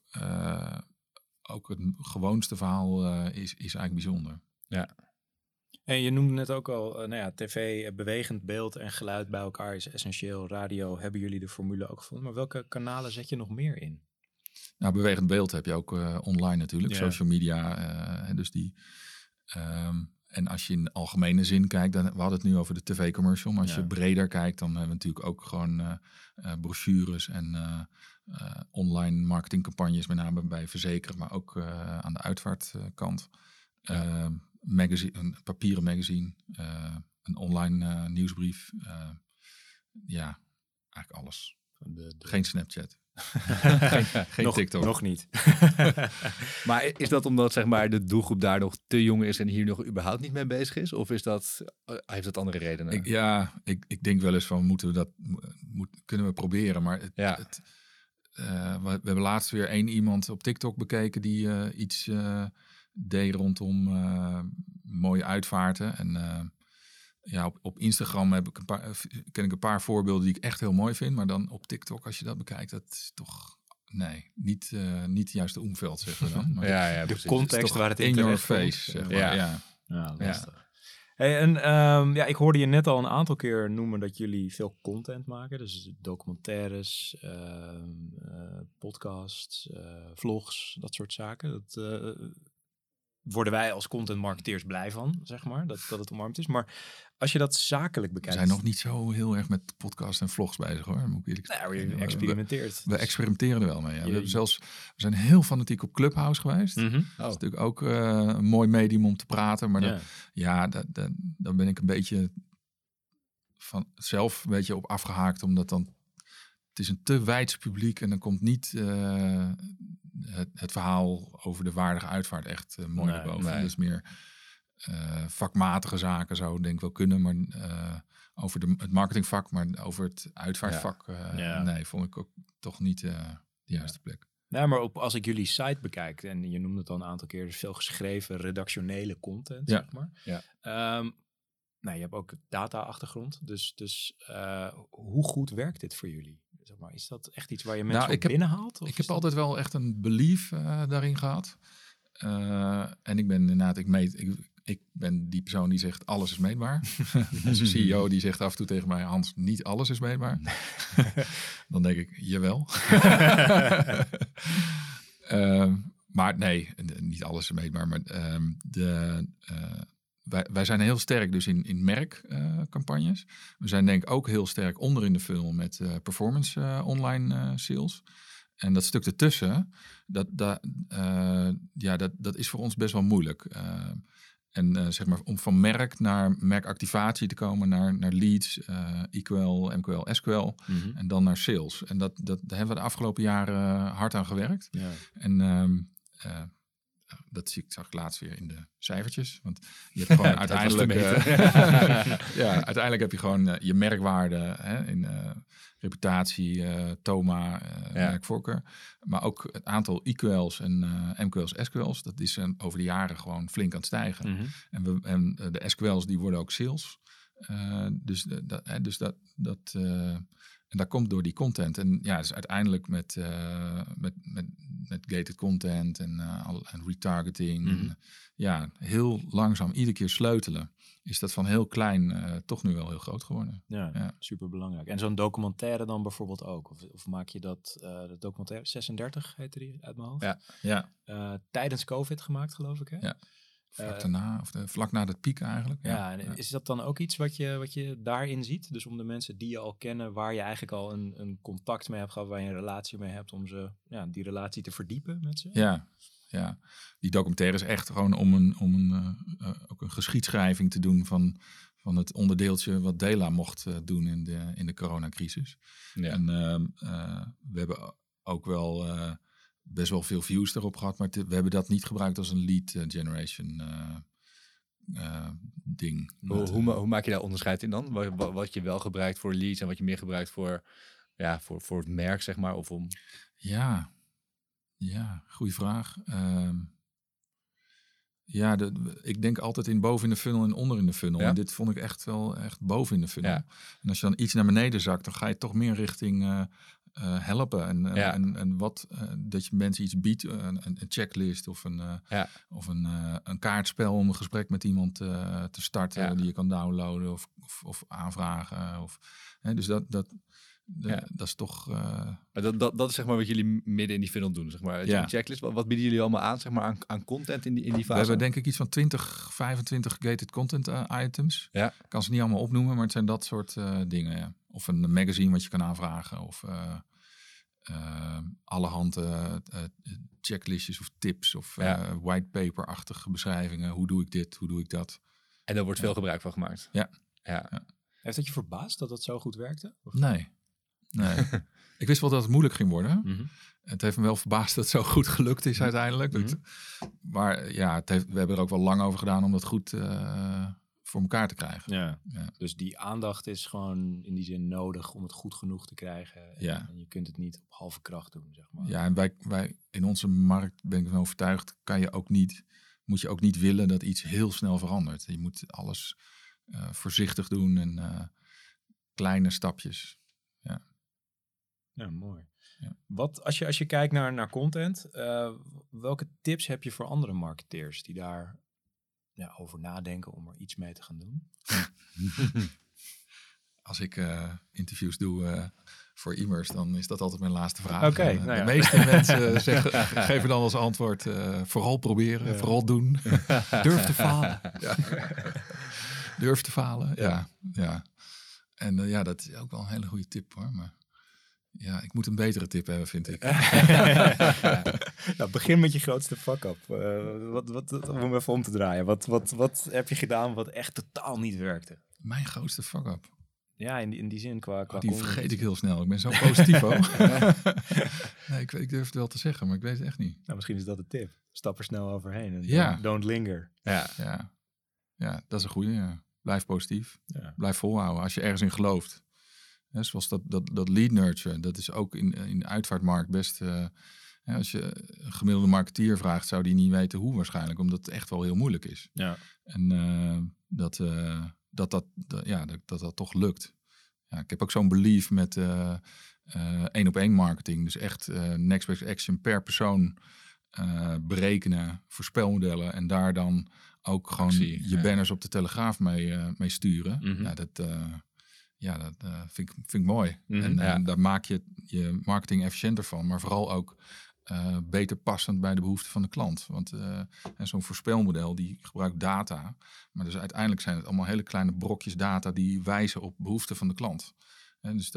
het gewoonste verhaal is eigenlijk bijzonder. Ja. En je noemde net ook al, tv, bewegend beeld en geluid bij elkaar is essentieel. Radio, hebben jullie de formule ook gevonden? Maar welke kanalen zet je nog meer in? Nou, bewegend beeld heb je ook online natuurlijk. Ja. Social media, dus die... En als je in algemene zin kijkt, we hadden het nu over de tv-commercial. Maar als je breder kijkt, dan hebben we natuurlijk ook gewoon brochures en online marketingcampagnes. Met name bij verzekeren, maar ook aan de uitvaartkant. Magazine, een papieren magazine, een online nieuwsbrief. Eigenlijk alles. Geen Snapchat. geen TikTok. Nog niet. Maar is dat omdat zeg maar, de doelgroep daar nog te jong is en hier nog überhaupt niet mee bezig is? Of heeft dat andere redenen? Ik denk wel eens van, kunnen we proberen. Maar we hebben laatst weer 1 iemand op TikTok bekeken die iets deed rondom mooie uitvaarten. En op Instagram ken ik een paar voorbeelden die ik echt heel mooi vind. Maar dan op TikTok, als je dat bekijkt, dat is toch... Nee, niet het juiste omveld, zeggen we dan. Maar de context waar het in your face, zeg maar. Ja, lastig. Hey, en ik hoorde je net al een aantal keer noemen dat jullie veel content maken. Dus documentaires, podcasts, vlogs, dat soort zaken. Dat worden wij als content marketeers blij van, zeg maar, dat het omarmd is. Maar als je dat zakelijk bekijkt... We zijn nog niet zo heel erg met podcasts en vlogs bezig, hoor. Moet ik eerlijk zeggen. Je experimenteert. We experimenteren er wel mee. Ja. We zijn heel fanatiek op Clubhouse geweest. Mm-hmm. Dat is natuurlijk ook een mooi medium om te praten. Maar dan ben ik een beetje zelf een beetje op afgehaakt, omdat dan... Het is een te wijds publiek en dan komt niet het verhaal over de waardige uitvaart echt mooi naar boven. Nee. Dus meer vakmatige zaken zou denk ik wel kunnen, maar over het marketingvak, maar over het uitvaartvak, vond ik ook toch niet de juiste plek. Ja, maar als ik jullie site bekijk, en je noemde het al een aantal keer, dus veel geschreven redactionele content, zeg maar. Ja. Je hebt ook data-achtergrond, dus hoe goed werkt dit voor jullie? Zeg maar, is dat echt iets waar je mensen binnenhaalt? Ik heb altijd wel echt een belief daarin gehad. En ik ben inderdaad, ik ben die persoon die zegt alles is meetbaar. Onze CEO die zegt af en toe tegen mij, Hans, niet alles is meetbaar. Dan denk ik, jawel. Maar nee, niet alles is meetbaar. Maar wij zijn heel sterk dus in merkcampagnes. We zijn denk ik ook heel sterk onder in de funnel met performance online sales. En dat stuk ertussen, dat is voor ons best wel moeilijk. Zeg maar om van merk naar merkactivatie te komen, naar leads, EQL, MQL, SQL en dan naar sales. En daar hebben we de afgelopen jaren hard aan gewerkt. Ja. En dat zag ik laatst weer in de cijfertjes. Want je hebt gewoon uiteindelijk... uiteindelijk heb je gewoon je merkwaarde in reputatie, TOMA, merkvoorkeur. Maar ook het aantal EQL's en MQL's, SQL's, dat is over de jaren gewoon flink aan het stijgen. Mm-hmm. En de SQL's die worden ook sales. En dat komt door die content. En dus uiteindelijk met gated content en retargeting. En, heel langzaam, iedere keer sleutelen. Is dat van heel klein toch nu wel heel groot geworden. Ja, super belangrijk. En zo'n documentaire dan bijvoorbeeld ook? Of maak je dat, de documentaire, 36 heette die uit mijn hoofd? Ja. Tijdens COVID gemaakt, geloof ik, hè? Ja. Vlak na de piek eigenlijk. En is dat dan ook iets wat je daarin ziet? Dus om de mensen die je al kennen, waar je eigenlijk al een contact mee hebt gehad, waar je een relatie mee hebt, om die relatie te verdiepen met ze? Ja. Die documentaire is echt gewoon om ook een geschiedschrijving te doen van het onderdeeltje wat Dela mocht doen in de coronacrisis. Ja. En we hebben ook wel... best wel veel views erop gehad, maar we hebben dat niet gebruikt als een lead generation ding. Hoe maak je daar onderscheid in dan? Wat je wel gebruikt voor leads en wat je meer gebruikt voor het merk, zeg maar? Of om... Ja, goede vraag. Ik denk altijd in boven in de funnel en onder in de funnel. Ja? En dit vond ik echt boven in de funnel. Ja. En als je dan iets naar beneden zakt, dan ga je toch meer richting helpen. En wat dat je mensen iets biedt, een checklist of een kaartspel om een gesprek met iemand te starten die je kan downloaden of aanvragen. Dus dat is toch... Dat is zeg maar wat jullie midden in die funnel doen, zeg maar. Een checklist. Wat bieden jullie allemaal aan, zeg maar, aan content in die fase? We hebben denk ik iets van 25 gated content items. Ja. Ik kan ze niet allemaal opnoemen, maar het zijn dat soort dingen. Ja. Of een magazine wat je kan aanvragen. Of allerhand checklistjes of tips of whitepaper-achtige beschrijvingen. Hoe doe ik dit? Hoe doe ik dat? En daar wordt veel gebruik van gemaakt. Ja. Heeft dat je verbaasd dat het zo goed werkte? Of? Nee. Ik wist wel dat het moeilijk ging worden. Mm-hmm. Het heeft me wel verbaasd dat het zo goed gelukt is uiteindelijk. Mm-hmm. Maar ja, we hebben er ook wel lang over gedaan om dat goed voor elkaar te krijgen. Ja. Dus die aandacht is gewoon in die zin nodig om het goed genoeg te krijgen. En je kunt het niet op halve kracht doen, zeg maar. Ja, en wij in onze markt, ben ik van overtuigd, moet je ook niet willen dat iets heel snel verandert. Je moet alles voorzichtig doen en kleine stapjes. Ja, mooi. Ja. Wat, als je kijkt naar content, welke tips heb je voor andere marketeers die daar over nadenken om er iets mee te gaan doen? Als ik interviews doe voor e-mailers, dan is dat altijd mijn laatste vraag. Okay, de meeste mensen geven dan als antwoord, vooral proberen, vooral doen. Durf te falen. Durf te falen, ja. En dat is ook wel een hele goede tip hoor, maar... Ja, ik moet een betere tip hebben, vind ik. Nou, begin met je grootste fuck-up. Om hem even om te draaien. Wat heb je gedaan wat echt totaal niet werkte? Mijn grootste fuck-up? Ja, in die zin qua die vergeet ik heel snel. Ik ben zo positief ook. Nee, ik durf het wel te zeggen, maar ik weet het echt niet. Nou, misschien is dat de tip. Stap er snel overheen. En don't linger. Ja, dat is een goeie. Ja. Blijf positief. Ja. Blijf volhouden. Als je ergens in gelooft. Ja, zoals dat lead nurture, dat is ook in de uitvaartmarkt best... als je een gemiddelde marketeer vraagt, zou die niet weten hoe waarschijnlijk. Omdat het echt wel heel moeilijk is. Ja. En dat toch lukt. Ja, ik heb ook zo'n belief met 1-op-1 marketing. Dus echt next best action per persoon berekenen, voorspelmodellen. En daar dan ook gewoon je banners op de Telegraaf mee sturen. Mm-hmm. Dat vind ik mooi. Mm-hmm, en daar maak je je marketing efficiënter van. Maar vooral ook beter passend bij de behoeften van de klant. Want zo'n voorspelmodel die gebruikt data. Maar dus uiteindelijk zijn het allemaal hele kleine brokjes data die wijzen op behoeften van de klant. En dus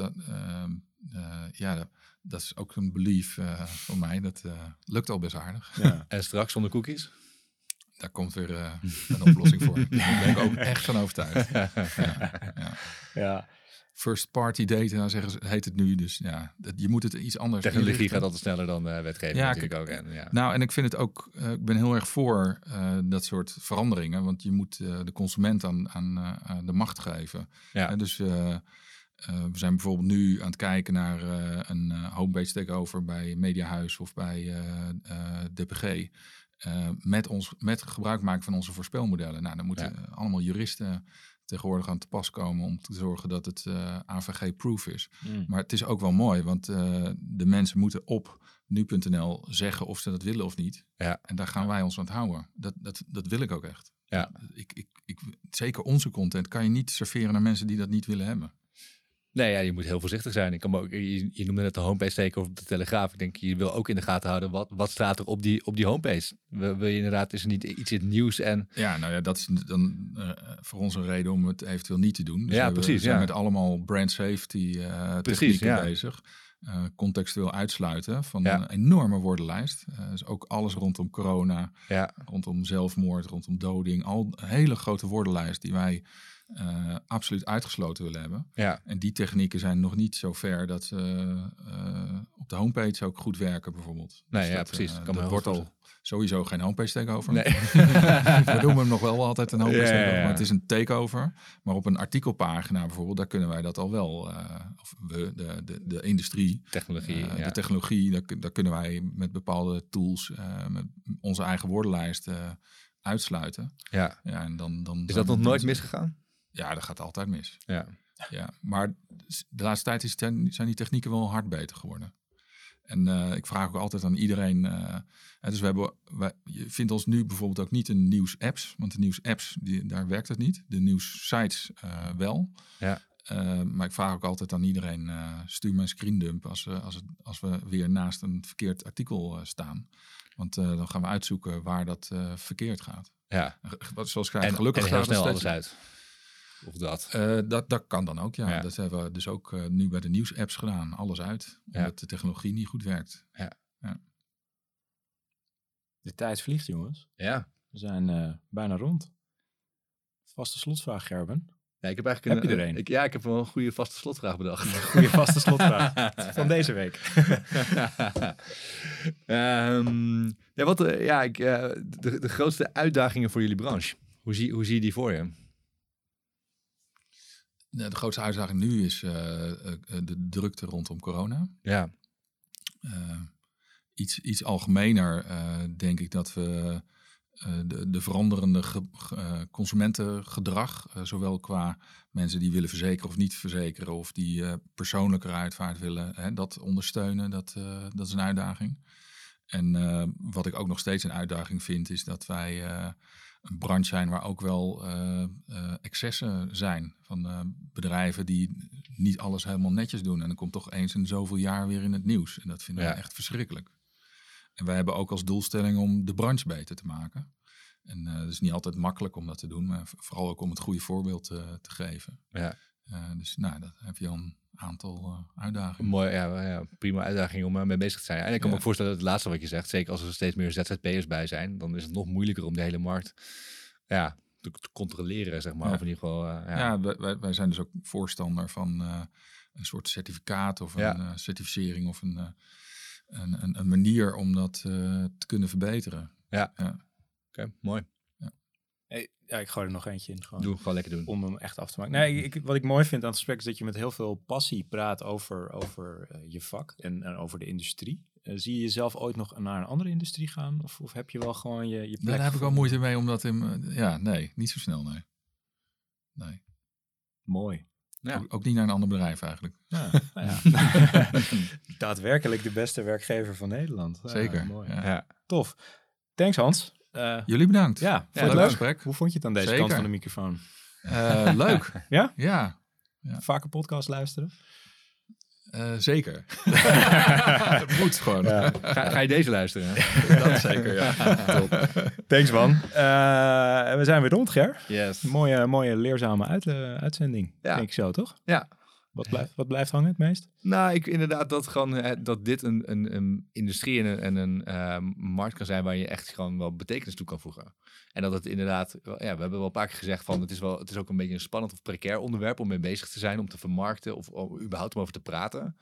dat is ook een belief voor mij. Dat lukt al best aardig. Ja. En straks zonder cookies? Daar komt weer een oplossing voor. Daar ben ik ook echt van overtuigd. Ja. First party data heet het nu. Dus je moet het iets anders Technologie inrichten. gaat altijd sneller dan wetgeving natuurlijk ook. Nou, en ik vind het ook... ik ben heel erg voor dat soort veranderingen. Want je moet de consument aan de macht geven. Ja. Dus we zijn bijvoorbeeld nu aan het kijken naar een homepage takeover bij Mediahuis of bij DPG. Met gebruik maken van onze voorspelmodellen. Nou, dan moeten allemaal juristen tegenwoordig aan te pas komen om te zorgen dat het AVG-proof is. Maar het is ook wel mooi, want de mensen moeten op nu.nl zeggen of ze dat willen of niet. Ja. En daar gaan wij ons aan het houden. Dat wil ik ook echt. Ja. Zeker onze content kan je niet serveren naar mensen die dat niet willen hebben. Nee, je moet heel voorzichtig zijn. Ik kan me ook, je noemde net de homepage steken of op de Telegraaf. Ik denk, je wil ook in de gaten houden wat staat er op die homepage. Wil je inderdaad, is er niet iets in het nieuws en... Ja, nou ja, dat is dan voor ons een reden om het eventueel niet te doen. Dus we zijn met allemaal brand safety technieken bezig. Contextueel uitsluiten van een enorme woordenlijst. Dus ook alles rondom corona, rondom zelfmoord, rondom doding. Al een hele grote woordenlijst die wij... absoluut uitgesloten willen hebben. Ja. En die technieken zijn nog niet zo ver dat ze op de homepage ook goed werken bijvoorbeeld. Nee, dus precies. Dat wordt al sowieso geen homepage takeover. Nee. We doen hem nog wel altijd een homepage takeover, maar het is een takeover. Maar op een artikelpagina bijvoorbeeld, daar kunnen wij dat al wel. De industrie. Technologie. De technologie, daar kunnen wij met bepaalde tools, met onze eigen woordenlijst uitsluiten. Ja. En dan is dat nog nooit misgegaan? Ja, dat gaat altijd mis. Ja. Ja, maar de laatste tijd zijn die technieken wel hard beter geworden. En ik vraag ook altijd aan iedereen. Dus je vindt ons nu bijvoorbeeld ook niet in nieuws-apps. Want de nieuws-apps, daar werkt het niet. De nieuws-sites wel. Ja. Maar ik vraag ook altijd aan iedereen. Stuur me een screendump als we weer naast een verkeerd artikel staan. Want dan gaan we uitzoeken waar dat verkeerd gaat. Ja. Zoals ik gelukkig en heel gaat snel het alles uit. Of dat. Dat kan dan ook, ja. Dat hebben we dus ook nu bij de nieuws-apps gedaan. Alles uit, omdat de technologie niet goed werkt. Ja. De tijd vliegt, jongens. Ja. We zijn bijna rond. Vaste slotvraag, Gerben. Ja, ik heb eigenlijk heb je er een? Ik heb wel een goede vaste slotvraag bedacht. Een goede vaste slotvraag van deze week. De grootste uitdagingen voor jullie branche. Hoe zie je die voor je? De grootste uitdaging nu is de drukte rondom corona. Ja. Iets algemener denk ik dat we de veranderende consumentengedrag, zowel qua mensen die willen verzekeren of niet verzekeren, of die persoonlijke uitvaart willen, dat ondersteunen, dat is een uitdaging. En wat ik ook nog steeds een uitdaging vind, is dat wij een branche zijn waar ook wel excessen zijn van bedrijven die niet alles helemaal netjes doen. En dan komt toch eens in zoveel jaar weer in het nieuws. En dat vinden we echt verschrikkelijk. En wij hebben ook als doelstelling om de branche beter te maken. En het is niet altijd makkelijk om dat te doen, maar vooral ook om het goede voorbeeld te geven. Ja. Dus dat heb je al een aantal uitdagingen. Mooi, prima uitdaging om mee bezig te zijn. En ik kan me ook voorstellen dat het laatste wat je zegt, zeker als er steeds meer ZZP'ers bij zijn, dan is het nog moeilijker om de hele markt te controleren, zeg maar. Ja. Of in ieder geval, wij zijn dus ook voorstander van een soort certificaat of een certificering of een manier om dat te kunnen verbeteren. Ja. Oké, mooi. Ja, ik gooi er nog eentje in. Gewoon lekker doen. Om hem echt af te maken. Nee, wat ik mooi vind aan het gesprek is dat je met heel veel passie praat over je vak en over de industrie. Zie je jezelf ooit nog naar een andere industrie gaan? Of heb je wel gewoon je plek? Daar heb ik wel moeite mee, omdat nee, niet zo snel, nee. Mooi. Ja. Ook niet naar een ander bedrijf eigenlijk. Ja. Daadwerkelijk de beste werkgever van Nederland. Zeker. Mooi. Ja. Tof. Thanks, Hans. Jullie bedankt. Ja, leuk leuk gesprek. Hoe vond je het aan deze kant van de microfoon? Leuk. Ja? Ja. Vaker podcast luisteren? Zeker. Moet gewoon. Ja. Ga je deze luisteren? Dat zeker, ja. Top. Thanks, man. We zijn weer rond, Ger. Yes. Mooie leerzame uitzending. Denk ik zo, toch? Ja. Wat blijft hangen het meest? Nou, inderdaad dat dit een industrie en een markt kan zijn waar je echt gewoon wel betekenis toe kan voegen. En dat het inderdaad, we hebben wel een paar keer gezegd van het is ook een beetje een spannend of precair onderwerp om mee bezig te zijn, om te vermarkten of überhaupt om over te praten.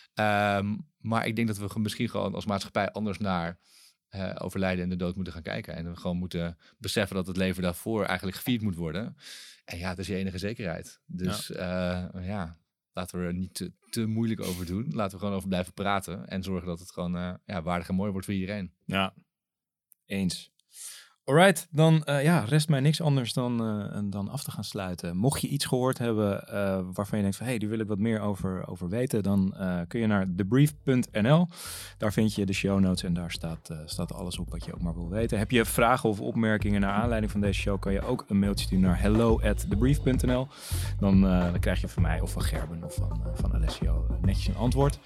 Maar ik denk dat we misschien gewoon als maatschappij anders naar overlijden en de dood moeten gaan kijken. En we gewoon moeten beseffen dat het leven daarvoor eigenlijk gevierd moet worden. En het is je enige zekerheid. Dus laten we er niet te moeilijk over doen. Laten we gewoon over blijven praten. En zorgen dat het gewoon waardig en mooi wordt voor iedereen. Ja, eens. Alright, dan rest mij niks anders dan af te gaan sluiten. Mocht je iets gehoord hebben waarvan je denkt van die wil ik wat meer over weten, dan kun je naar thebrief.nl. Daar vind je de show notes en daar staat alles op wat je ook maar wil weten. Heb je vragen of opmerkingen naar aanleiding van deze show, kan je ook een mailtje sturen naar hello@thebrief.nl. Dan krijg je van mij of van Gerben of van Alessio netjes een antwoord.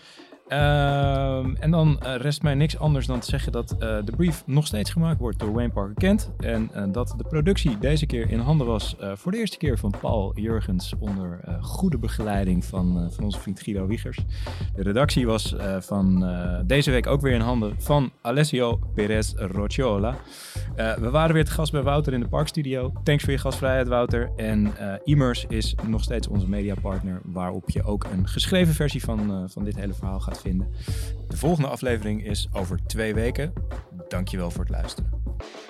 En dan rest mij niks anders dan te zeggen dat de brief nog steeds gemaakt wordt door Wayne Parker Kent. En dat de productie deze keer in handen was voor de eerste keer van Paul Jurgens onder goede begeleiding van onze vriend Guido Wiegers. De redactie was van deze week ook weer in handen van Alessio Perez Rocciola. We waren weer te gast bij Wouter in de Parkstudio. Thanks voor je gastvrijheid, Wouter. En Immers is nog steeds onze mediapartner, waarop je ook een geschreven versie van dit hele verhaal gaat vinden. De volgende aflevering is over 2 weken. Dankjewel voor het luisteren.